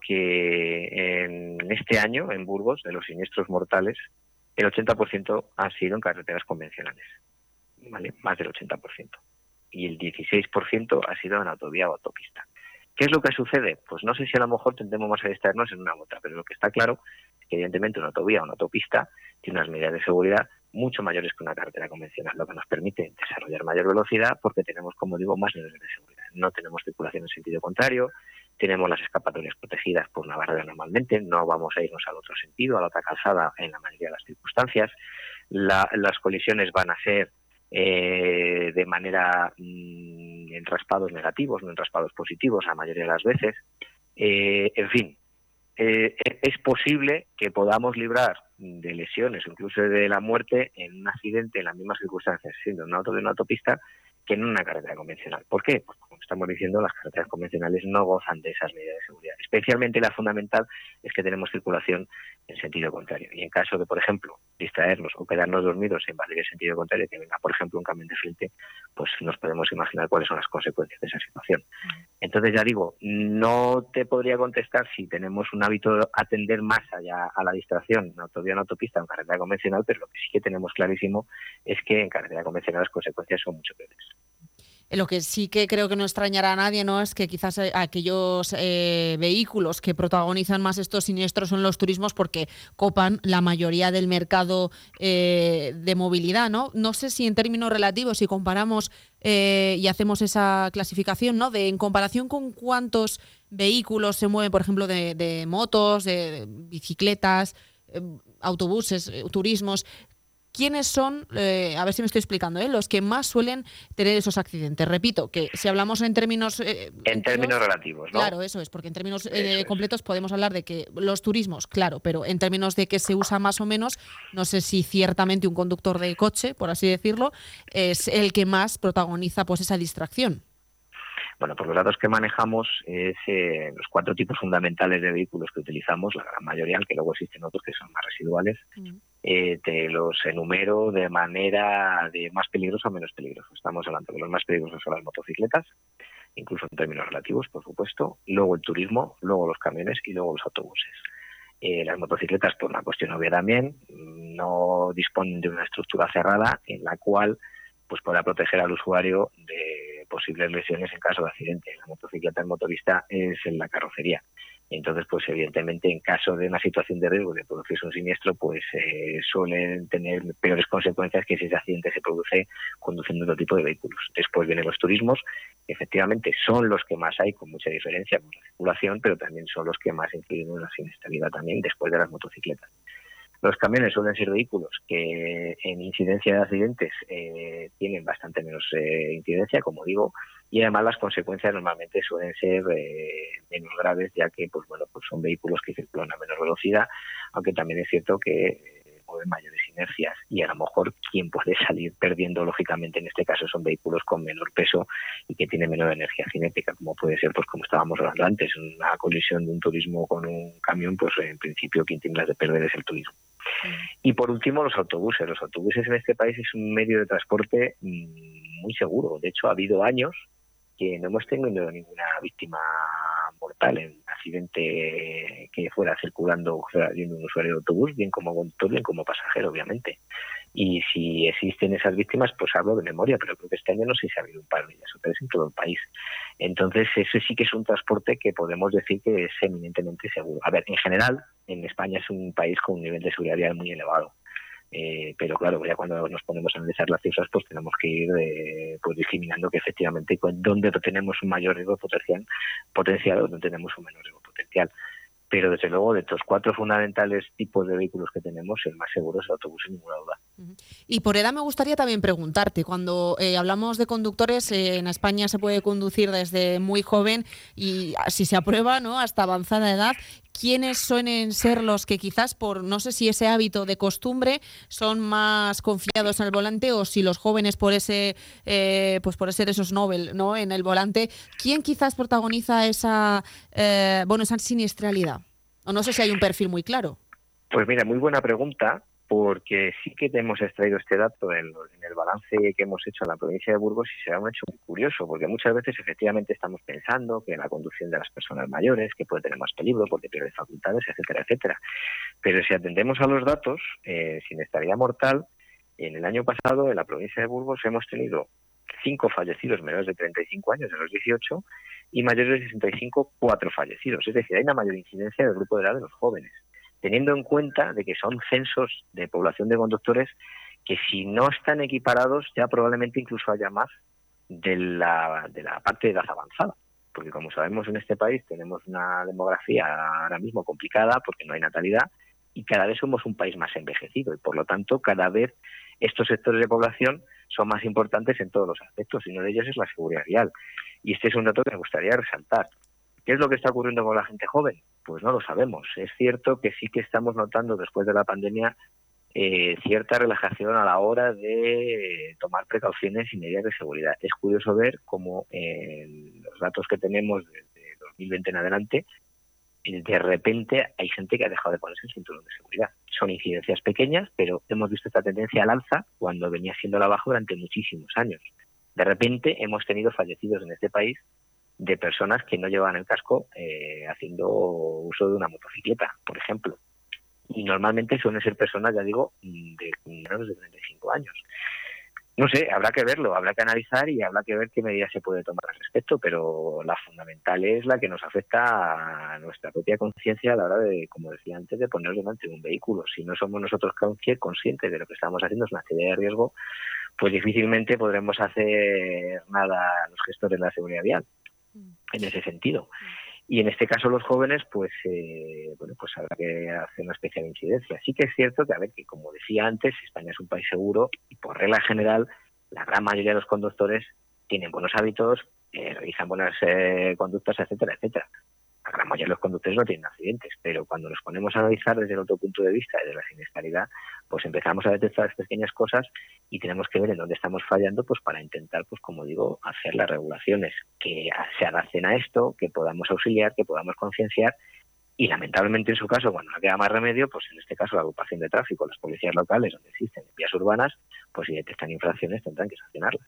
que en este año, en Burgos, de los siniestros mortales, el ochenta por ciento han sido en carreteras convencionales, ¿vale? Más del ochenta por ciento. Y el dieciséis por ciento ha sido en autovía o autopista. ¿Qué es lo que sucede? Pues no sé si a lo mejor tendemos más a distraernos en una u otra, pero lo que está claro es que evidentemente una autovía o una autopista tiene unas medidas de seguridad mucho mayores que una carretera convencional, lo que nos permite desarrollar mayor velocidad porque tenemos, como digo, más niveles de seguridad. No tenemos circulación en sentido contrario, tenemos las escapatorias protegidas por una barrera normalmente, no vamos a irnos al otro sentido, a la otra calzada en la mayoría de las circunstancias. La, las colisiones van a ser eh, de manera mmm, en raspados negativos, no en raspados positivos la mayoría de las veces. Eh, en fin, eh, es posible que podamos librar de lesiones o incluso de la muerte en un accidente en las mismas circunstancias, siendo una auto de una autopista, que en una carretera convencional. ¿Por qué? Pues como estamos diciendo, las carreteras convencionales no gozan de esas medidas de seguridad. Especialmente la fundamental es que tenemos circulación en sentido contrario. Y en caso de, por ejemplo, distraernos o quedarnos dormidos en el sentido contrario, que venga, por ejemplo, un camión de frente, pues nos podemos imaginar cuáles son las consecuencias de esa situación. Entonces, ya digo, no te podría contestar si tenemos un hábito de atender más allá a la distracción en autovía, en autopista o en carretera convencional, pero lo que sí que tenemos clarísimo es que en carretera convencional las consecuencias son mucho peores. Lo que sí que creo que no extrañará a nadie, ¿no?, es que quizás aquellos eh, vehículos que protagonizan más estos siniestros son los turismos porque copan la mayoría del mercado eh, de movilidad, ¿no? No sé si en términos relativos, si comparamos eh, y hacemos esa clasificación, ¿no?, de en comparación con cuántos vehículos se mueven, por ejemplo, de, de motos, de bicicletas, eh, autobuses, eh, turismos. ¿Quiénes son, eh, a ver si me estoy explicando, eh, los que más suelen tener esos accidentes? Repito, que si hablamos en términos... Eh, en términos relativos, ¿no? Claro, eso es, porque en términos eh, completos podemos hablar de que los turismos, claro, pero en términos de que se usa más o menos, no sé si ciertamente un conductor de coche, por así decirlo, es el que más protagoniza pues esa distracción. Bueno, pues los datos que manejamos es eh, los cuatro tipos fundamentales de vehículos que utilizamos, la gran mayoría, aunque luego existen otros que son más residuales. Mm. Eh, te los enumero de manera de más peligroso a menos peligroso. Estamos hablando de los más peligrosos son las motocicletas, incluso en términos relativos, por supuesto, luego el turismo, luego los camiones y luego los autobuses. Eh, las motocicletas, por una cuestión obvia también, no disponen de una estructura cerrada en la cual pues pueda proteger al usuario de posibles lesiones en caso de accidente. La motocicleta del motorista es en la carrocería. Entonces, pues evidentemente, en caso de una situación de riesgo de producirse un siniestro, pues eh, suelen tener peores consecuencias que si ese accidente se produce conduciendo otro tipo de vehículos. Después vienen los turismos, que efectivamente son los que más hay, con mucha diferencia con la circulación, pero también son los que más inciden en la siniestralidad también después de las motocicletas. Los camiones suelen ser vehículos que en incidencia de accidentes eh, tienen bastante menos eh, incidencia, como digo, y además las consecuencias normalmente suelen ser eh, menos graves, ya que pues bueno, pues son vehículos que circulan a menor velocidad, aunque también es cierto que eh, mueven mayores inercias y a lo mejor quien puede salir perdiendo lógicamente en este caso son vehículos con menor peso y que tienen menor energía cinética, como puede ser, pues como estábamos hablando antes, una colisión de un turismo con un camión, pues en principio quien tiene las de perder es el turismo. Y por último, los autobuses. Los autobuses en este país es un medio de transporte muy seguro. De hecho, ha habido años que no hemos tenido ninguna víctima mortal en un accidente que fuera circulando viendo un usuario de autobús, bien como conductor, bien como pasajero, obviamente. Y si existen esas víctimas, pues hablo de memoria, pero creo que este año no sé si ha habido un par de ellas, o tres en todo el país. Entonces, ese sí que es un transporte que podemos decir que es eminentemente seguro. A ver, en general, en España es un país con un nivel de seguridad vial muy elevado. Eh, pero claro, ya cuando nos ponemos a analizar las cifras, pues tenemos que ir eh, pues discriminando que efectivamente dónde tenemos un mayor riesgo potencial, potencial o donde tenemos un menor riesgo potencial. Pero desde luego, de estos cuatro fundamentales tipos de vehículos que tenemos, el más seguro es el autobús, sin ninguna duda. Y por edad me gustaría también preguntarte, cuando eh, hablamos de conductores, eh, en España se puede conducir desde muy joven y si se aprueba, ¿no?, hasta avanzada edad. ¿Quiénes suelen ser los que quizás por, no sé si ese hábito de costumbre, son más confiados en el volante, o si los jóvenes por ese, eh, pues por ser esos Nobel, ¿no?, en el volante, quién quizás protagoniza esa, eh, bueno, esa siniestralidad? O no sé si hay un perfil muy claro. Pues mira, muy buena pregunta, porque sí que te hemos extraído este dato en, en el balance que hemos hecho en la provincia de Burgos, y será un hecho muy curioso, porque muchas veces efectivamente estamos pensando que la conducción de las personas mayores, que puede tener más peligro porque pierde facultades, etcétera, etcétera. Pero si atendemos a los datos, eh, siniestralidad mortal, en el año pasado en la provincia de Burgos hemos tenido cinco fallecidos menores de treinta y cinco años de los dieciocho y mayores de sesenta y cinco, cuatro fallecidos. Es decir, hay una mayor incidencia del grupo de edad de los jóvenes, teniendo en cuenta de que son censos de población de conductores que, si no están equiparados, ya probablemente incluso haya más de la, de la parte de edad avanzada. Porque, como sabemos, en este país tenemos una demografía ahora mismo complicada porque no hay natalidad y cada vez somos un país más envejecido y, por lo tanto, cada vez estos sectores de población son más importantes en todos los aspectos, y uno de ellos es la seguridad vial. Y este es un dato que me gustaría resaltar. ¿Qué es lo que está ocurriendo con la gente joven? Pues no lo sabemos. Es cierto que sí que estamos notando después de la pandemia eh, cierta relajación a la hora de tomar precauciones y medidas de seguridad. Es curioso ver cómo eh, los datos que tenemos desde dos mil veinte en adelante, de repente hay gente que ha dejado de ponerse el cinturón de seguridad. Son incidencias pequeñas, pero hemos visto esta tendencia al alza cuando venía siendo la baja durante muchísimos años. De repente hemos tenido fallecidos en este país de personas que no llevaban el casco eh, haciendo uso de una motocicleta, por ejemplo. Y normalmente suelen ser personas, ya digo, de menos de treinta y cinco años. No sé, habrá que verlo, habrá que analizar y habrá que ver qué medidas se puede tomar al respecto, pero la fundamental es la que nos afecta a nuestra propia conciencia a la hora de, como decía antes, de ponernos delante de un vehículo. Si no somos nosotros conscientes de lo que estamos haciendo, es una actividad de riesgo, pues difícilmente podremos hacer nada los gestores de la seguridad vial en ese sentido. Y en este caso los jóvenes, pues eh, bueno, pues habrá que hacer una especial incidencia. Sí que es cierto que, a ver, que como decía antes, España es un país seguro y, por regla general, la gran mayoría de los conductores tienen buenos hábitos, eh, realizan buenas eh, conductas, etcétera, etcétera. La gran mayoría de los conductores no tienen accidentes, pero cuando nos ponemos a analizar desde el otro punto de vista, desde la siniestralidad, pues empezamos a detectar las pequeñas cosas y tenemos que ver en dónde estamos fallando, pues para intentar, pues como digo, hacer las regulaciones que se adapten a esto, que podamos auxiliar, que podamos concienciar y, lamentablemente, en su caso, cuando no queda más remedio, pues en este caso la agrupación de tráfico, las policías locales donde existen vías urbanas, pues si detectan infracciones tendrán que sancionarlas.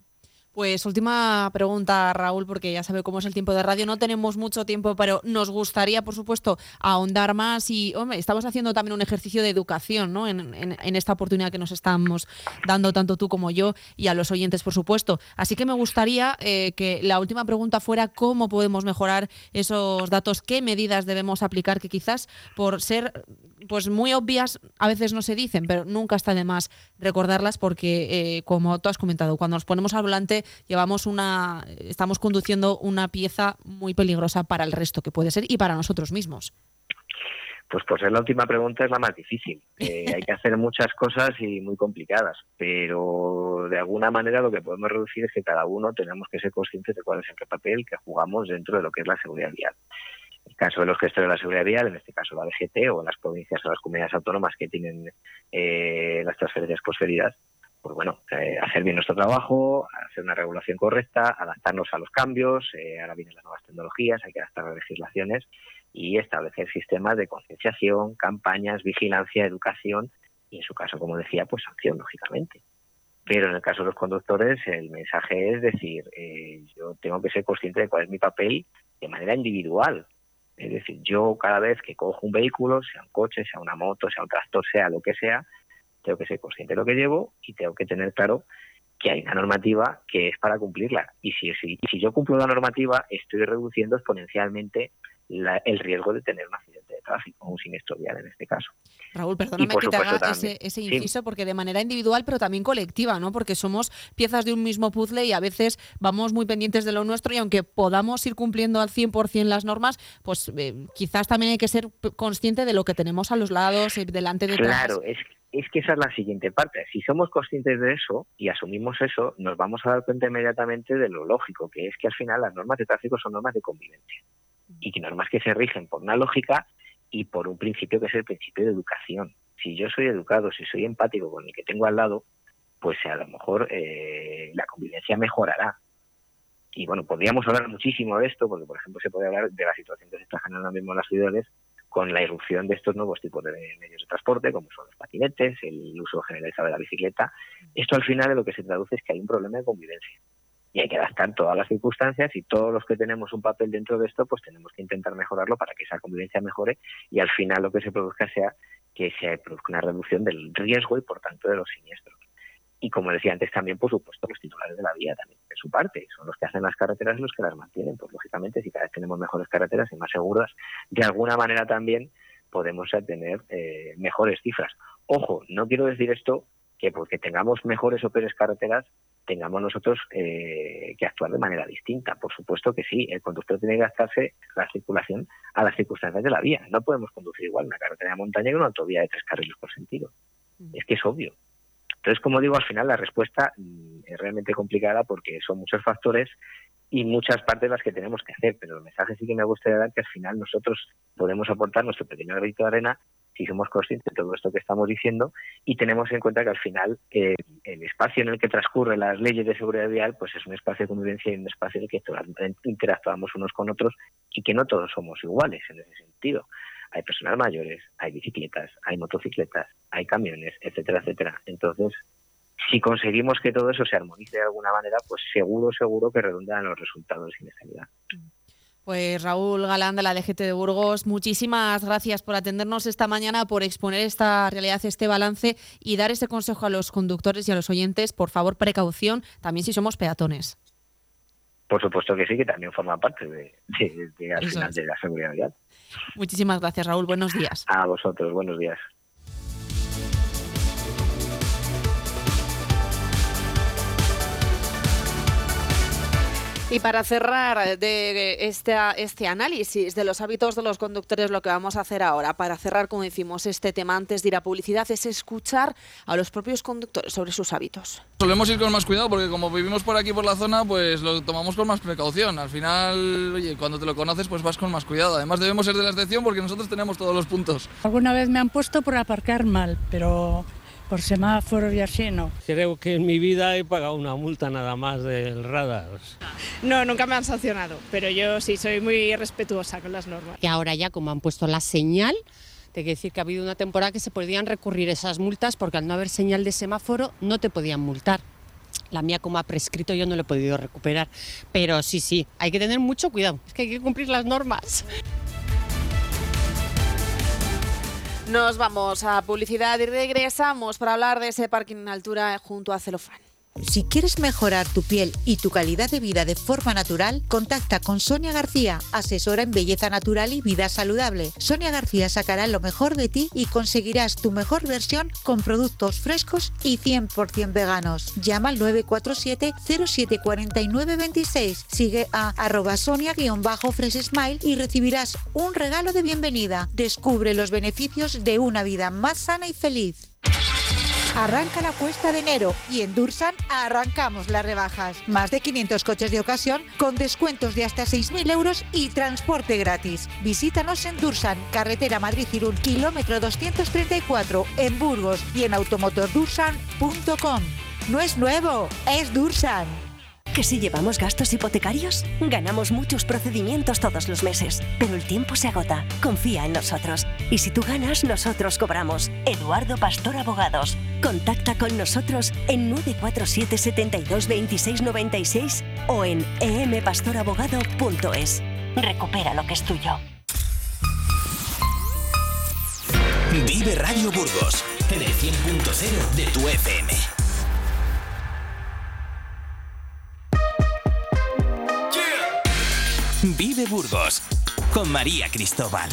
Pues última pregunta, Raúl, porque ya sabe cómo es el tiempo de radio. No tenemos mucho tiempo, pero nos gustaría, por supuesto, ahondar más. Y, hombre, estamos haciendo también un ejercicio de educación, ¿no?, en, en, en esta oportunidad que nos estamos dando tanto tú como yo y a los oyentes, por supuesto. Así que me gustaría eh, que la última pregunta fuera cómo podemos mejorar esos datos, qué medidas debemos aplicar, que quizás por ser pues muy obvias a veces no se dicen, pero nunca está de más recordarlas porque, eh, como tú has comentado, cuando nos ponemos al volante llevamos una, estamos conduciendo una pieza muy peligrosa para el resto, que puede ser, y para nosotros mismos. Pues por ser la última pregunta es la más difícil. Eh, hay que hacer muchas cosas y muy complicadas, pero de alguna manera lo que podemos reducir es que cada uno tenemos que ser conscientes de cuál es el papel que jugamos dentro de lo que es la seguridad vial. En el caso de los gestores de la seguridad vial, en este caso la D G T, o en las provincias o las comunidades autónomas que tienen eh, las transferencias transferidas, pues bueno, eh, hacer bien nuestro trabajo, hacer una regulación correcta, adaptarnos a los cambios, eh, ahora vienen las nuevas tecnologías, hay que adaptar las legislaciones y establecer sistemas de concienciación, campañas, vigilancia, educación y, en su caso, como decía, pues sanción, lógicamente. Pero en el caso de los conductores, el mensaje es decir, eh, yo tengo que ser consciente de cuál es mi papel de manera individual. Es decir, yo cada vez que cojo un vehículo, sea un coche, sea una moto, sea un tractor, sea lo que sea, tengo que ser consciente de lo que llevo y tengo que tener claro que hay una normativa que es para cumplirla. Y si, si, si yo cumplo la normativa, estoy reduciendo exponencialmente la, el riesgo de tener un accidente de tráfico, un siniestro vial en este caso. Raúl, perdóname que te haga ese, ese inciso, sí. porque de manera individual, pero también colectiva, ¿no? Porque somos piezas de un mismo puzzle y a veces vamos muy pendientes de lo nuestro y aunque podamos ir cumpliendo al cien por ciento las normas, pues eh, quizás también hay que ser consciente de lo que tenemos a los lados, eh, delante, detrás. Claro, es Es que esa es la siguiente parte. Si somos conscientes de eso y asumimos eso, nos vamos a dar cuenta inmediatamente de lo lógico, que es que al final las normas de tráfico son normas de convivencia y que normas que se rigen por una lógica y por un principio que es el principio de educación. Si yo soy educado, si soy empático con el que tengo al lado, pues a lo mejor eh, la convivencia mejorará. Y bueno, podríamos hablar muchísimo de esto, porque por ejemplo se puede hablar de la situación que se está generando ahora mismo en las ciudades con la irrupción de estos nuevos tipos de medios de transporte, como son los patinetes, el uso generalizado de la bicicleta. Esto al final de lo que se traduce es que hay un problema de convivencia. Y hay que adaptar todas las circunstancias y todos los que tenemos un papel dentro de esto, pues tenemos que intentar mejorarlo para que esa convivencia mejore y al final lo que se produzca sea que se produzca una reducción del riesgo y por tanto de los siniestros. Y como decía antes también, por supuesto, los titulares de la vía también, de su parte, son los que hacen las carreteras y los que las mantienen. Pues lógicamente, si cada vez tenemos mejores carreteras y más seguras, de alguna manera también podemos tener eh, mejores cifras. Ojo, no quiero decir esto que porque tengamos mejores o peores carreteras, tengamos nosotros eh, que actuar de manera distinta. Por supuesto que sí, el conductor tiene que adaptarse la circulación a las circunstancias de la vía. No podemos conducir igual una carretera de montaña que una autovía de tres carriles por sentido. Es que es obvio. Entonces, como digo, al final la respuesta es realmente complicada porque son muchos factores y muchas partes las que tenemos que hacer, pero el mensaje sí que me gustaría dar que al final nosotros podemos aportar nuestro pequeño granito de arena si somos conscientes de todo esto que estamos diciendo y tenemos en cuenta que al final eh, el espacio en el que transcurren las leyes de seguridad vial pues es un espacio de convivencia y un espacio en el que interactuamos unos con otros y que no todos somos iguales en ese sentido. Hay personas mayores, hay bicicletas, hay motocicletas, hay camiones, etcétera, etcétera. Entonces, si conseguimos que todo eso se armonice de alguna manera, pues seguro, seguro que redunda en los resultados de siniestralidad. Pues Raúl Galán de la D G T de Burgos, muchísimas gracias por atendernos esta mañana, por exponer esta realidad, este balance y dar ese consejo a los conductores y a los oyentes. Por favor, precaución, también si somos peatones. Por supuesto que sí, que también forma parte de, de, de, al final, de la seguridad vial. Muchísimas gracias, Raúl. Buenos días. A vosotros, buenos días. Y para cerrar de este, este análisis de los hábitos de los conductores, lo que vamos a hacer ahora, para cerrar, como decimos, este tema antes de ir a publicidad, es escuchar a los propios conductores sobre sus hábitos. Solemos ir con más cuidado porque como vivimos por aquí, por la zona, pues lo tomamos con más precaución. Al final, oye, cuando te lo conoces, pues vas con más cuidado. Además, debemos ser de la excepción porque nosotros tenemos todos los puntos. Alguna vez me han puesto por aparcar mal, pero por semáforo y así no. Creo que en mi vida he pagado una multa nada más del radar. No, nunca me han sancionado, pero yo sí soy muy respetuosa con las normas. Y ahora ya como han puesto la señal, te quiero decir que ha habido una temporada que se podían recurrir esas multas porque al no haber señal de semáforo no te podían multar. La mía, como ha prescrito, yo no lo he podido recuperar. Pero sí, sí, hay que tener mucho cuidado, es que hay que cumplir las normas. Nos vamos a publicidad y regresamos para hablar de ese parking en altura junto a Celofán. Si quieres mejorar tu piel y tu calidad de vida de forma natural, contacta con Sonia García, asesora en belleza natural y vida saludable. Sonia García sacará lo mejor de ti y conseguirás tu mejor versión con productos frescos y cien por ciento veganos. Llama al nueve cuatro siete, cero siete cuatro nueve dos seis, sigue a arroba sonia-freshsmile y recibirás un regalo de bienvenida. Descubre los beneficios de una vida más sana y feliz. Arranca la cuesta de enero y en Dursan arrancamos las rebajas. Más de quinientos coches de ocasión con descuentos de hasta seis mil euros y transporte gratis. Visítanos en Dursan, carretera Madrid-Irún, kilómetro doscientos treinta y cuatro, en Burgos y en automotor dursan punto com. No es nuevo, es Dursan. ¿Que si llevamos gastos hipotecarios? Ganamos muchos procedimientos todos los meses, pero el tiempo se agota. Confía en nosotros. Y si tú ganas, nosotros cobramos. Eduardo Pastor Abogados. Contacta con nosotros en nueve cuatro siete, setenta y dos, veintiséis noventa y seis o en e m pastor abogado punto es. Recupera lo que es tuyo. Vive Radio Burgos en el cien punto cero de tu F M. Vive Burgos con María Cristóbal.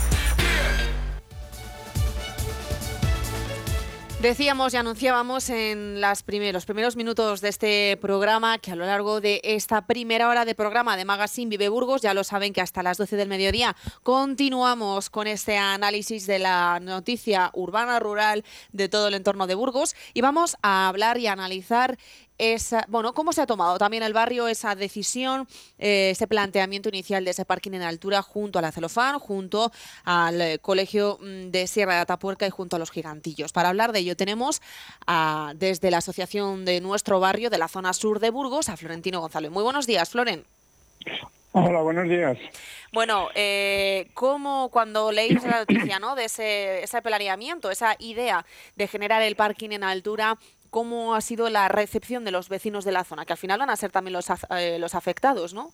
Decíamos y anunciábamos en las primer, los primeros minutos de este programa que a lo largo de esta primera hora de programa de Magazine Vive Burgos, ya lo saben que hasta las doce del mediodía continuamos con este análisis de la noticia urbana, rural, de todo el entorno de Burgos, y vamos a hablar y a analizar esa, bueno, cómo se ha tomado también el barrio esa decisión, eh, ese planteamiento inicial de ese parking en altura junto a la Celofán, junto al eh, Colegio de Sierra de Atapuerca y junto a los Gigantillos. Para hablar de ello tenemos a, desde la asociación de nuestro barrio, de la zona sur de Burgos, a Florentino González. Muy buenos días, Floren. Hola, buenos días. Bueno, eh, ¿cómo cuando leéis la noticia, ¿no?, de ese, ese planeamiento, esa idea de generar el parking en altura, cómo ha sido la recepción de los vecinos de la zona, que al final van a ser también los, eh, los afectados, ¿no?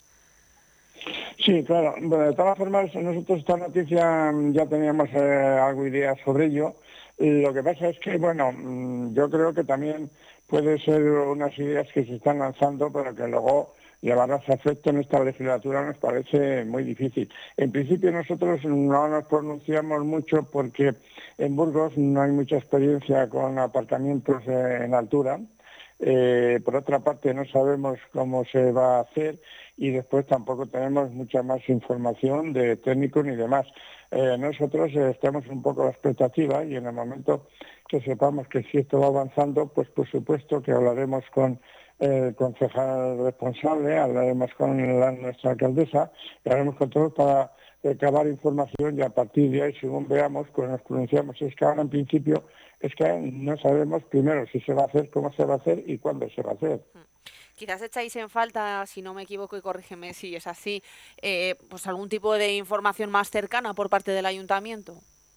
Sí, claro. Bueno, de todas formas, nosotros esta noticia ya teníamos eh, algo idea sobre ello. Lo que pasa es que, bueno, yo creo que también puede ser unas ideas que se están lanzando, pero que luego llevarlas a efecto en esta legislatura nos parece muy difícil. En principio nosotros no nos pronunciamos mucho porque en Burgos no hay mucha experiencia con aparcamientos en altura. Eh, por otra parte no sabemos cómo se va a hacer y después tampoco tenemos mucha más información de técnicos ni demás. Eh, nosotros eh, estamos un poco a la expectativa y en el momento que sepamos que si esto va avanzando, pues por supuesto que hablaremos con el concejal responsable, hablaremos con la, nuestra alcaldesa, y hablaremos con todos para recabar información y a partir de ahí, según veamos, pues nos pronunciamos. Es que ahora en principio es que no sabemos primero si se va a hacer, cómo se va a hacer y cuándo se va a hacer. Quizás echáis en falta, si no me equivoco y corrígeme si es así, eh, pues algún tipo de información más cercana por parte del ayuntamiento.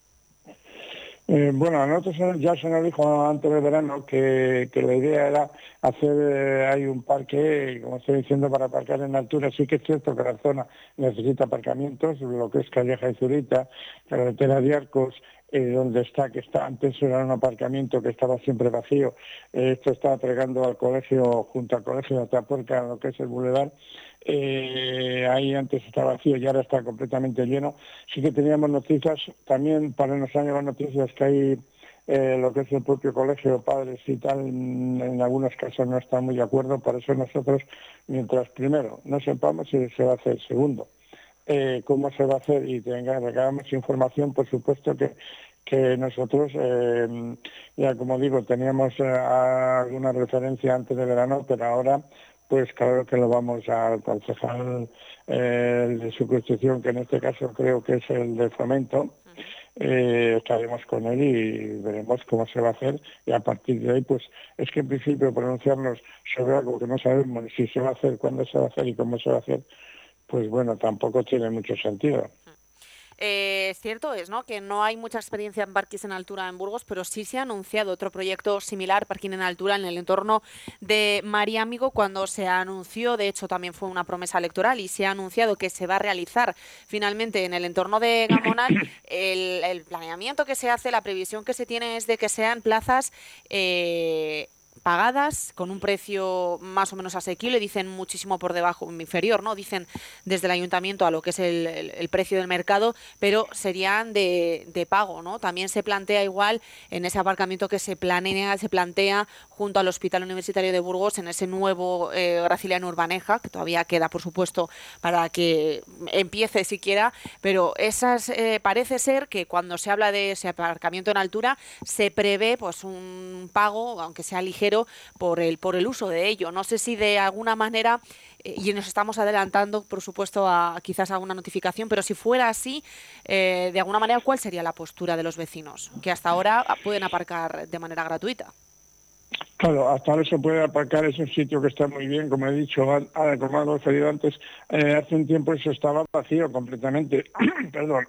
Eh, bueno, a nosotros ya se nos dijo antes del verano que, que la idea era hacer eh, hay un parque, como estoy diciendo, para aparcar en altura. Sí que es cierto que la zona necesita aparcamientos, lo que es Calleja y Zurita, carretera de Arcos, eh, donde está, que está antes era un aparcamiento que estaba siempre vacío. Eh, esto está entregando al colegio, junto al colegio de Atapuerca, lo que es el Boulevard. Eh, ahí antes estaba vacío y ahora está completamente lleno. Sí que teníamos noticias, también para nos han llegado noticias que hay eh, lo que es el propio colegio, padres y tal, en, en algunos casos no están muy de acuerdo. Por eso nosotros, mientras primero no sepamos si se va a hacer, segundo, eh, cómo se va a hacer y tenga, recabamos información, por supuesto que que nosotros, eh, ya como digo, teníamos eh, alguna referencia antes de verano, pero ahora pues claro que lo vamos al concejal eh, de su construcción, que en este caso creo que es el de Fomento. Eh, estaremos con él y veremos cómo se va a hacer y a partir de ahí pues es que en principio pronunciarnos sobre algo que no sabemos si se va a hacer, cuándo se va a hacer y cómo se va a hacer, pues bueno, tampoco tiene mucho sentido. Eh, cierto es, ¿no?, que no hay mucha experiencia en parkings en altura en Burgos, pero sí se ha anunciado otro proyecto similar, parking en altura, en el entorno de Mariámigo, cuando se anunció, de hecho también fue una promesa electoral, y se ha anunciado que se va a realizar finalmente en el entorno de Gamonal. El, el planeamiento que se hace, la previsión que se tiene es de que sean plazas eh, pagadas con un precio más o menos asequible, dicen muchísimo por debajo, inferior, ¿no? Dicen desde el ayuntamiento a lo que es el, el, el precio del mercado, pero serían de, de pago, ¿no? También se plantea igual en ese aparcamiento que se planea, se plantea junto al Hospital Universitario de Burgos, en ese nuevo eh, Graciliano Urbaneja, que todavía queda, por supuesto, para que empiece siquiera, pero esas eh, parece ser que cuando se habla de ese aparcamiento en altura se prevé pues un pago, aunque sea ligero, por el por el uso de ello. No sé si de alguna manera, eh, y nos estamos adelantando, por supuesto, a quizás a una notificación, pero si fuera así, eh, de alguna manera, ¿cuál sería la postura de los vecinos? Que hasta ahora pueden aparcar de manera gratuita. Claro, hasta ahora se puede aparcar, es un sitio que está muy bien, como he dicho, como he referido antes, eh, hace un tiempo eso estaba vacío completamente, perdón,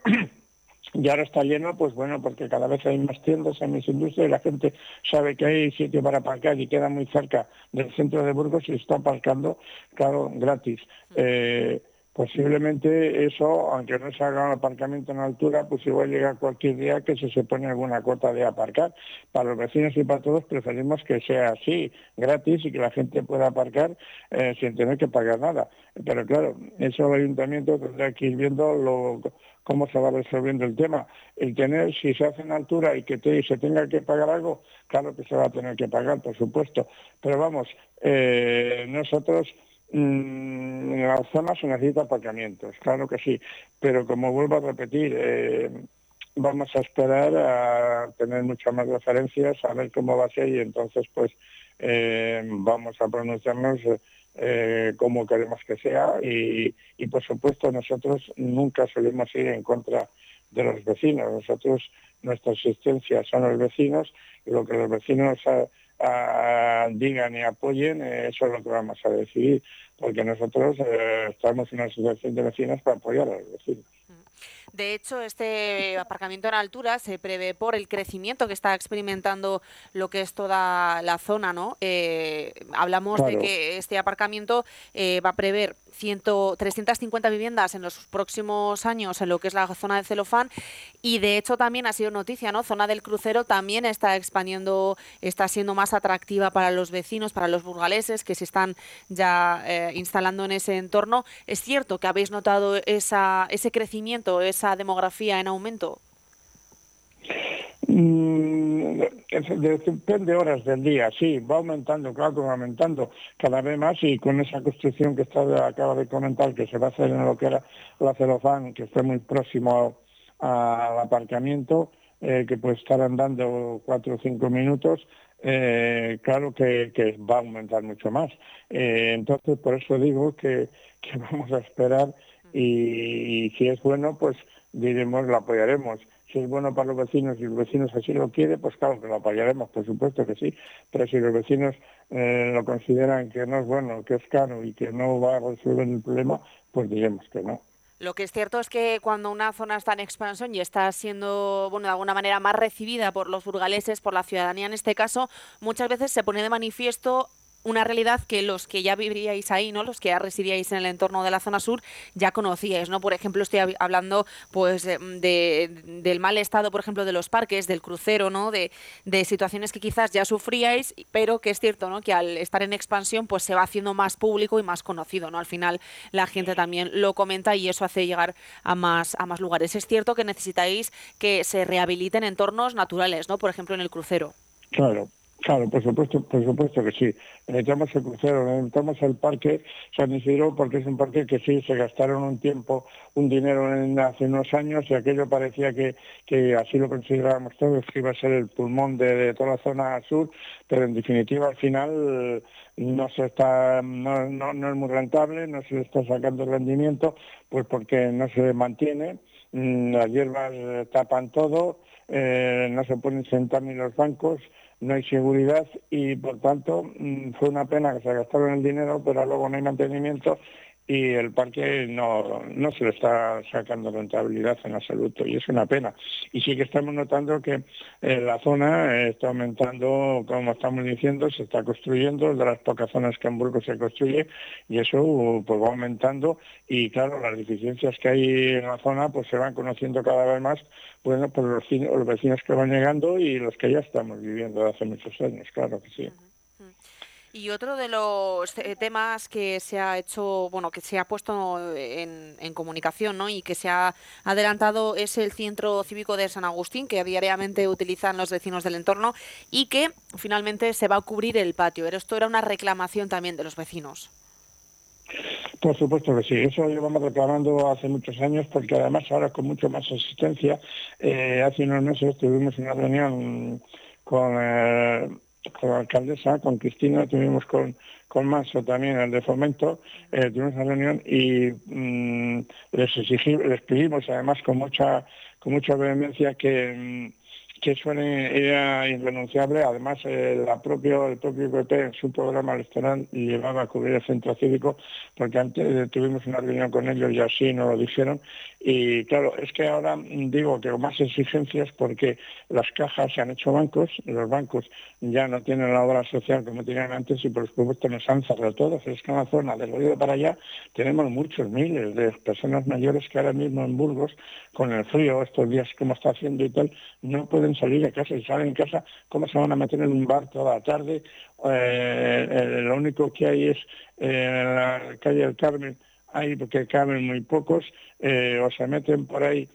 y ahora está lleno, pues bueno, porque cada vez hay más tiendas, hay más industria y la gente sabe que hay sitio para aparcar y queda muy cerca del centro de Burgos y está aparcando, claro, gratis. Eh, Posiblemente eso, aunque no se haga un aparcamiento en altura, pues igual llega cualquier día que se, se pone alguna cuota de aparcar. Para los vecinos y para todos preferimos que sea así, gratis, y que la gente pueda aparcar eh, sin tener que pagar nada. Pero claro, eso el ayuntamiento tendrá que ir viendo lo, cómo se va resolviendo el tema. El tener, si se hace en altura y que te, se tenga que pagar algo, claro que se va a tener que pagar, por supuesto. Pero vamos, eh, nosotros... En la zona se necesita aparcamientos, claro que sí, pero como vuelvo a repetir, eh, vamos a esperar a tener muchas más referencias, a ver cómo va a ser y entonces pues eh, vamos a pronunciarnos eh, como queremos que sea y, y por supuesto nosotros nunca solemos ir en contra de los vecinos, nosotros nuestra existencia son los vecinos y lo que los vecinos... A, A, digan y apoyen, eh, eso es lo que vamos a decidir, porque nosotros eh, estamos en una asociación de vecinos para apoyar a los vecinos. De hecho, este aparcamiento en altura se prevé por el crecimiento que está experimentando lo que es toda la zona, ¿no? Eh, hablamos claro. de que este aparcamiento eh, va a prever cien, trescientas cincuenta viviendas en los próximos años en lo que es la zona de Celofán y de hecho también ha sido noticia, ¿no? Zona del Crucero también está expandiendo, está siendo más atractiva para los vecinos, para los burgaleses que se están ya eh, instalando en ese entorno. ¿Es cierto que habéis notado esa, ese crecimiento, esa demografía en aumento? Mm, depende de horas del día, sí, va aumentando, claro que va aumentando cada vez más y con esa construcción que está, acaba de comentar que se va a hacer en lo que era la Celofán, que está muy próximo al aparcamiento, eh, que puede estar andando cuatro o cinco minutos, eh, claro que, que va a aumentar mucho más. Eh, entonces, por eso digo que, que vamos a esperar y, y si es bueno, pues diremos, lo apoyaremos. Si es bueno para los vecinos y los vecinos así lo quieren, pues claro que lo apoyaremos, por supuesto que sí. Pero si los vecinos eh, lo consideran que no es bueno, que es caro y que no va a resolver el problema, pues diremos que no. Lo que es cierto es que cuando una zona está en expansión y está siendo, bueno, de alguna manera más recibida por los burgaleses, por la ciudadanía en este caso, muchas veces se pone de manifiesto una realidad que los que ya vivíais ahí, ¿no? Los que ya residíais en el entorno de la zona sur ya conocíais, ¿no? Por ejemplo, estoy hablando pues de, de, del mal estado, por ejemplo, de los parques, del crucero, ¿no? De, de situaciones que quizás ya sufríais, pero que es cierto, ¿no? Que al estar en expansión pues se va haciendo más público y más conocido, ¿no? Al final la gente también lo comenta y eso hace llegar a más a más lugares. Es cierto que necesitáis que se rehabiliten entornos naturales, ¿no? Por ejemplo, en el crucero. Claro. Claro, por supuesto, por supuesto que sí. Necesitamos el crucero, necesitamos el parque San Isidro porque es un parque que sí, se gastaron un tiempo, un dinero en, hace unos años y aquello parecía que, que así lo considerábamos todos, que iba a ser el pulmón de, de toda la zona sur, pero en definitiva al final no se está, no, no, no es muy rentable, no se le está sacando rendimiento, pues porque no se mantiene, las hierbas tapan todo, eh, no se pueden sentar ni los bancos, no hay seguridad y por tanto fue una pena que se gastaron el dinero, pero luego no hay mantenimiento y el parque no, no se le está sacando rentabilidad en absoluto y es una pena. Y sí que estamos notando que eh, la zona está aumentando, como estamos diciendo, se está construyendo, es de las pocas zonas que en Burgos se construye y eso pues va aumentando y claro, las deficiencias que hay en la zona pues se van conociendo cada vez más, bueno, por los, los vecinos que van llegando y los que ya estamos viviendo de hace muchos años, claro que sí. Y otro de los temas que se ha hecho, bueno, que se ha puesto en, en comunicación, ¿no? Y que se ha adelantado es el Centro Cívico de San Agustín, que diariamente utilizan los vecinos del entorno y que finalmente se va a cubrir el patio. Esto era una reclamación también de los vecinos. Por supuesto que sí, eso llevamos reclamando hace muchos años porque además ahora con mucho más asistencia, eh, hace unos meses tuvimos una reunión con... Eh, con la alcaldesa, con Cristina, tuvimos con, con Manso también, el de Fomento, eh, tuvimos una reunión y mmm, les exigimos, les pedimos además con mucha con mucha vehemencia que, que eso era irrenunciable. Además, eh, la propio, el propio P P en su programa electoral llevaba a cubrir el centro cívico, porque antes eh, tuvimos una reunión con ellos y así nos lo dijeron. Y claro, es que ahora digo que con más exigencias, porque las cajas se han hecho bancos, los bancos ya no tienen la obra social como tenían antes y por supuesto nos han cerrado todos. Es que en la zona del río para allá tenemos muchos miles de personas mayores que ahora mismo en Burgos, con el frío, estos días como está haciendo y tal, no pueden salir de casa. Y salen en casa, ¿cómo se van a meter en un bar toda la tarde? Eh, eh, lo único que hay es eh, en la calle del Carmen, hay porque caben muy pocos, eh, o se meten por ahí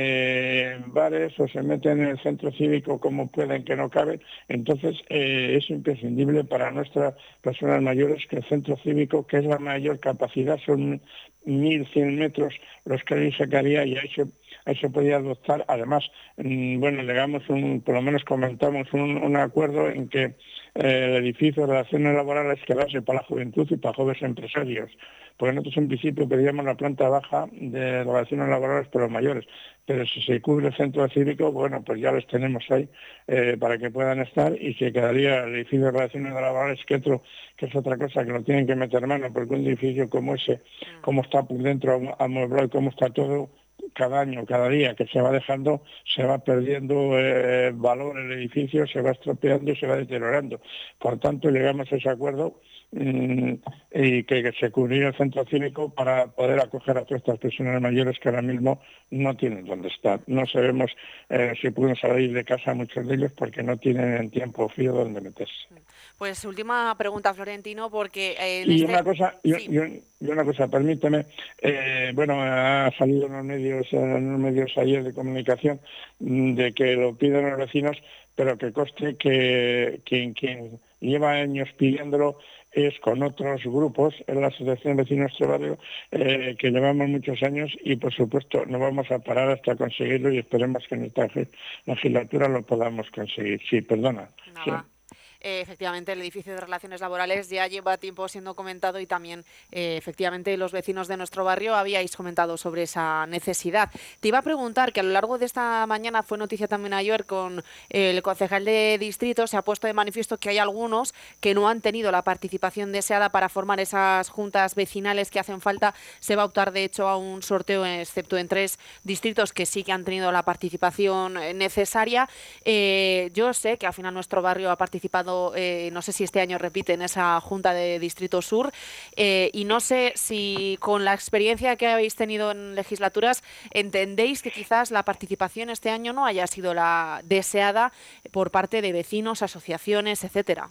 eh, en bares o se meten en el centro cívico como pueden, que no caben. Entonces eh, es imprescindible para nuestras personas mayores que el centro cívico, que es la mayor capacidad, son mil cien metros los que ahí sacaría, y ahí se, ahí se podía adoptar. Además, mmm, bueno, llegamos, un, por lo menos comentamos un, un acuerdo en que eh, el edificio de relaciones laborales quedase para la juventud y para jóvenes empresarios, porque nosotros en principio pedíamos la planta baja de relaciones laborales para los mayores, pero si se cubre el centro cívico, bueno, pues ya los tenemos ahí eh, para que puedan estar, y se quedaría el edificio de relaciones laborales, que, otro, que es otra cosa que no tienen que meter mano, porque un edificio como ese, como está por dentro amueblado y cómo está todo, cada año, cada día que se va dejando, se va perdiendo eh, valor el edificio, se va estropeando y se va deteriorando. Por tanto, llegamos a ese acuerdo mmm, y que, que se cubriera el centro cívico para poder acoger a todas estas personas mayores que ahora mismo no tienen dónde estar. No sabemos eh, si pueden salir de casa muchos de ellos porque no tienen tiempo frío donde meterse. Pues última pregunta, Florentino, porque eh, en y este... una cosa, y, sí. y, y una cosa, permíteme, eh, bueno, ha salido en los medios, en los medios ayer de comunicación de que lo piden los vecinos, pero que conste que quien, quien lleva años pidiéndolo es con otros grupos, en la Asociación de Vecinos de nuestro barrio, eh, que llevamos muchos años, y por supuesto no vamos a parar hasta conseguirlo, y esperemos que en esta legislatura lo podamos conseguir. Sí, perdona. Sí. Eh, efectivamente, el edificio de relaciones laborales ya lleva tiempo siendo comentado, y también eh, efectivamente los vecinos de nuestro barrio habíais comentado sobre esa necesidad. Te iba a preguntar que a lo largo de esta mañana fue noticia también ayer con el concejal de distrito, se ha puesto de manifiesto que hay algunos que no han tenido la participación deseada para formar esas juntas vecinales que hacen falta. Se va a optar de hecho a un sorteo, excepto en tres distritos que sí que han tenido la participación necesaria. Eh, yo sé que al final nuestro barrio ha participado, Eh, no sé si este año repite en esa Junta de Distrito Sur, eh, y no sé si con la experiencia que habéis tenido en legislaturas entendéis que quizás la participación este año no haya sido la deseada por parte de vecinos, asociaciones, etcétera.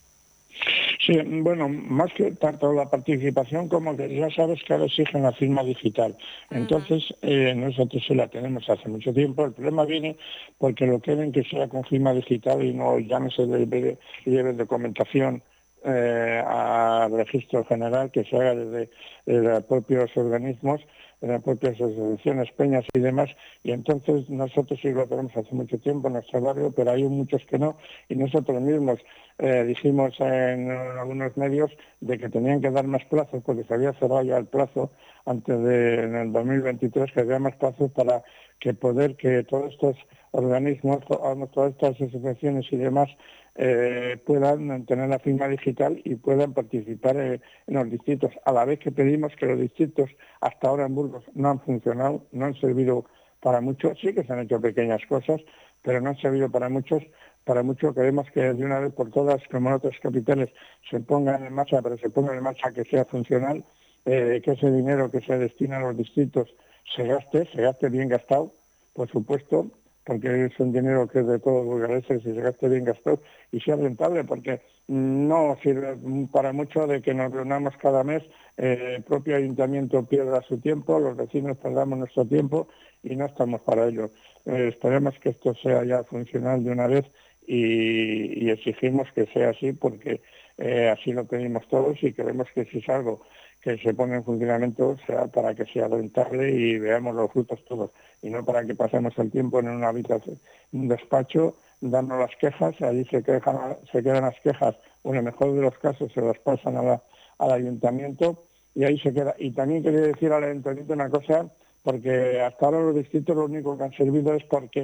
Sí, bueno, más que tanto la participación como que ya sabes que ahora exigen la firma digital. Entonces, eh, nosotros sí la tenemos hace mucho tiempo. El problema viene porque lo quieren que sea con firma digital y no llámese de, de documentación eh, al registro general, que se haga desde, desde los propios organismos, de las propias asociaciones, peñas y demás, y entonces nosotros sí lo tenemos hace mucho tiempo en nuestro barrio, pero hay muchos que no, y nosotros mismos eh, dijimos en algunos medios de que tenían que dar más plazos, porque se había cerrado ya el plazo antes de, en el dos mil veintitrés, que había más plazos para que poder que todos estos organismos, todas estas asociaciones y demás eh, puedan tener la firma digital y puedan participar eh, en los distritos, a la vez que pedimos que los distritos hasta ahora en Burgos no han funcionado, no han servido para mucho. Sí que se han hecho pequeñas cosas, pero no han servido para muchos. Para mucho queremos que de una vez por todas, como en otras capitales, se pongan en marcha, pero se pongan en marcha que sea funcional, eh, que ese dinero que se destina a los distritos se gaste, se gaste bien gastado, por supuesto, porque es un dinero que es de todos los burgaleses y se gaste bien gastado y sea rentable, porque no sirve para mucho de que nos reunamos cada mes, eh, el propio ayuntamiento pierda su tiempo, los vecinos perdamos nuestro tiempo y no estamos para ello. Eh, esperemos que esto sea ya funcional de una vez y, y exigimos que sea así, porque eh, así lo pedimos todos y queremos que si es algo que se pone en funcionamiento sea para que sea rentable y veamos los frutos todos, y no para que pasemos el tiempo en una habitación, un despacho, dando las quejas, allí se quejan, se quedan las quejas, o en el mejor de los casos se las pasan a la, al ayuntamiento y ahí se queda. Y también quería decir al ayuntamiento una cosa, porque hasta ahora los distritos lo único que han servido es porque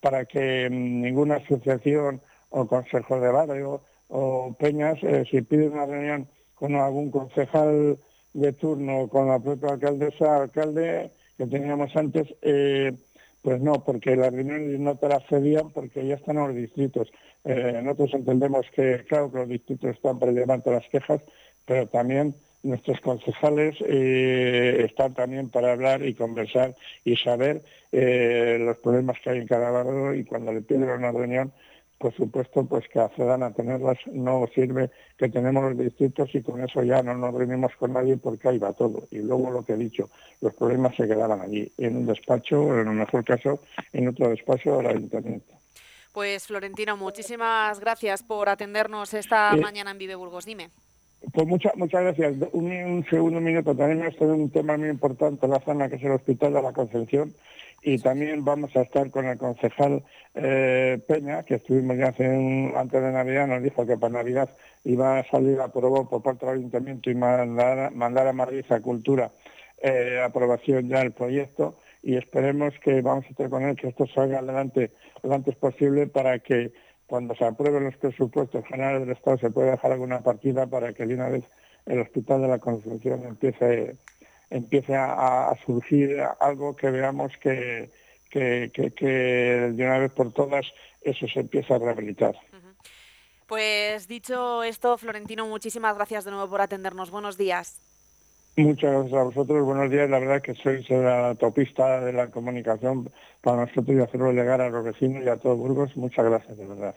para que ninguna asociación o consejo de barrio o peñas, eh, si pide una reunión con algún concejal de turno, con la propia alcaldesa, alcalde que teníamos antes, eh, pues no, porque las reuniones no te las cedían porque ya están en los distritos. Eh, nosotros entendemos que, claro, que los distritos están para llevar todas las quejas, pero también nuestros concejales eh, están también para hablar y conversar y saber eh, los problemas que hay en cada barrio, y cuando le piden una reunión, por supuesto, pues que accedan a tenerlas. No sirve que tenemos los distritos y con eso ya no nos reunimos con nadie porque ahí va todo. Y luego lo que he dicho, los problemas se quedaban allí, en un despacho, en el mejor caso, en otro despacho del ayuntamiento. Pues Florentino, muchísimas gracias por atendernos esta Eh, mañana en Vive Burgos. Dime. Pues muchas muchas gracias. Un, un segundo minuto. También esto es un tema muy importante en la zona, que es el Hospital de la Concepción. Y también vamos a estar con el concejal eh, Peña, que estuvimos ya hace un, antes de Navidad, nos dijo que para Navidad iba a salir aprobado por parte del Ayuntamiento y mandar, mandar a Madrid a Cultura eh, aprobación ya el proyecto, y esperemos que vamos a estar con él, que esto salga adelante lo antes posible para que cuando se aprueben los presupuestos generales del Estado se pueda dejar alguna partida para que de una vez el Hospital de la Concepción empiece empiece a, a surgir algo que veamos que, que, que, que de una vez por todas eso se empieza a rehabilitar. Pues dicho esto, Florentino, muchísimas gracias de nuevo por atendernos. Buenos días. Muchas gracias a vosotros. Buenos días. La verdad que sois la autopista de la comunicación para nosotros y hacerlo llegar a los vecinos y a todo Burgos. Muchas gracias, de verdad.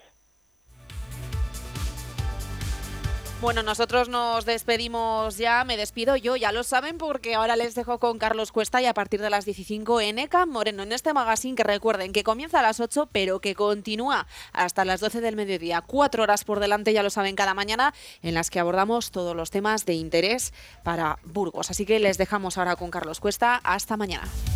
Bueno, nosotros nos despedimos ya, me despido yo, ya lo saben, porque ahora les dejo con Carlos Cuesta y a partir de las diez y cinco en E C A Moreno, en este magazine que recuerden que comienza a las ocho, pero que continúa hasta las doce del mediodía. Cuatro horas por delante, ya lo saben, cada mañana, en las que abordamos todos los temas de interés para Burgos. Así que les dejamos ahora con Carlos Cuesta. Hasta mañana.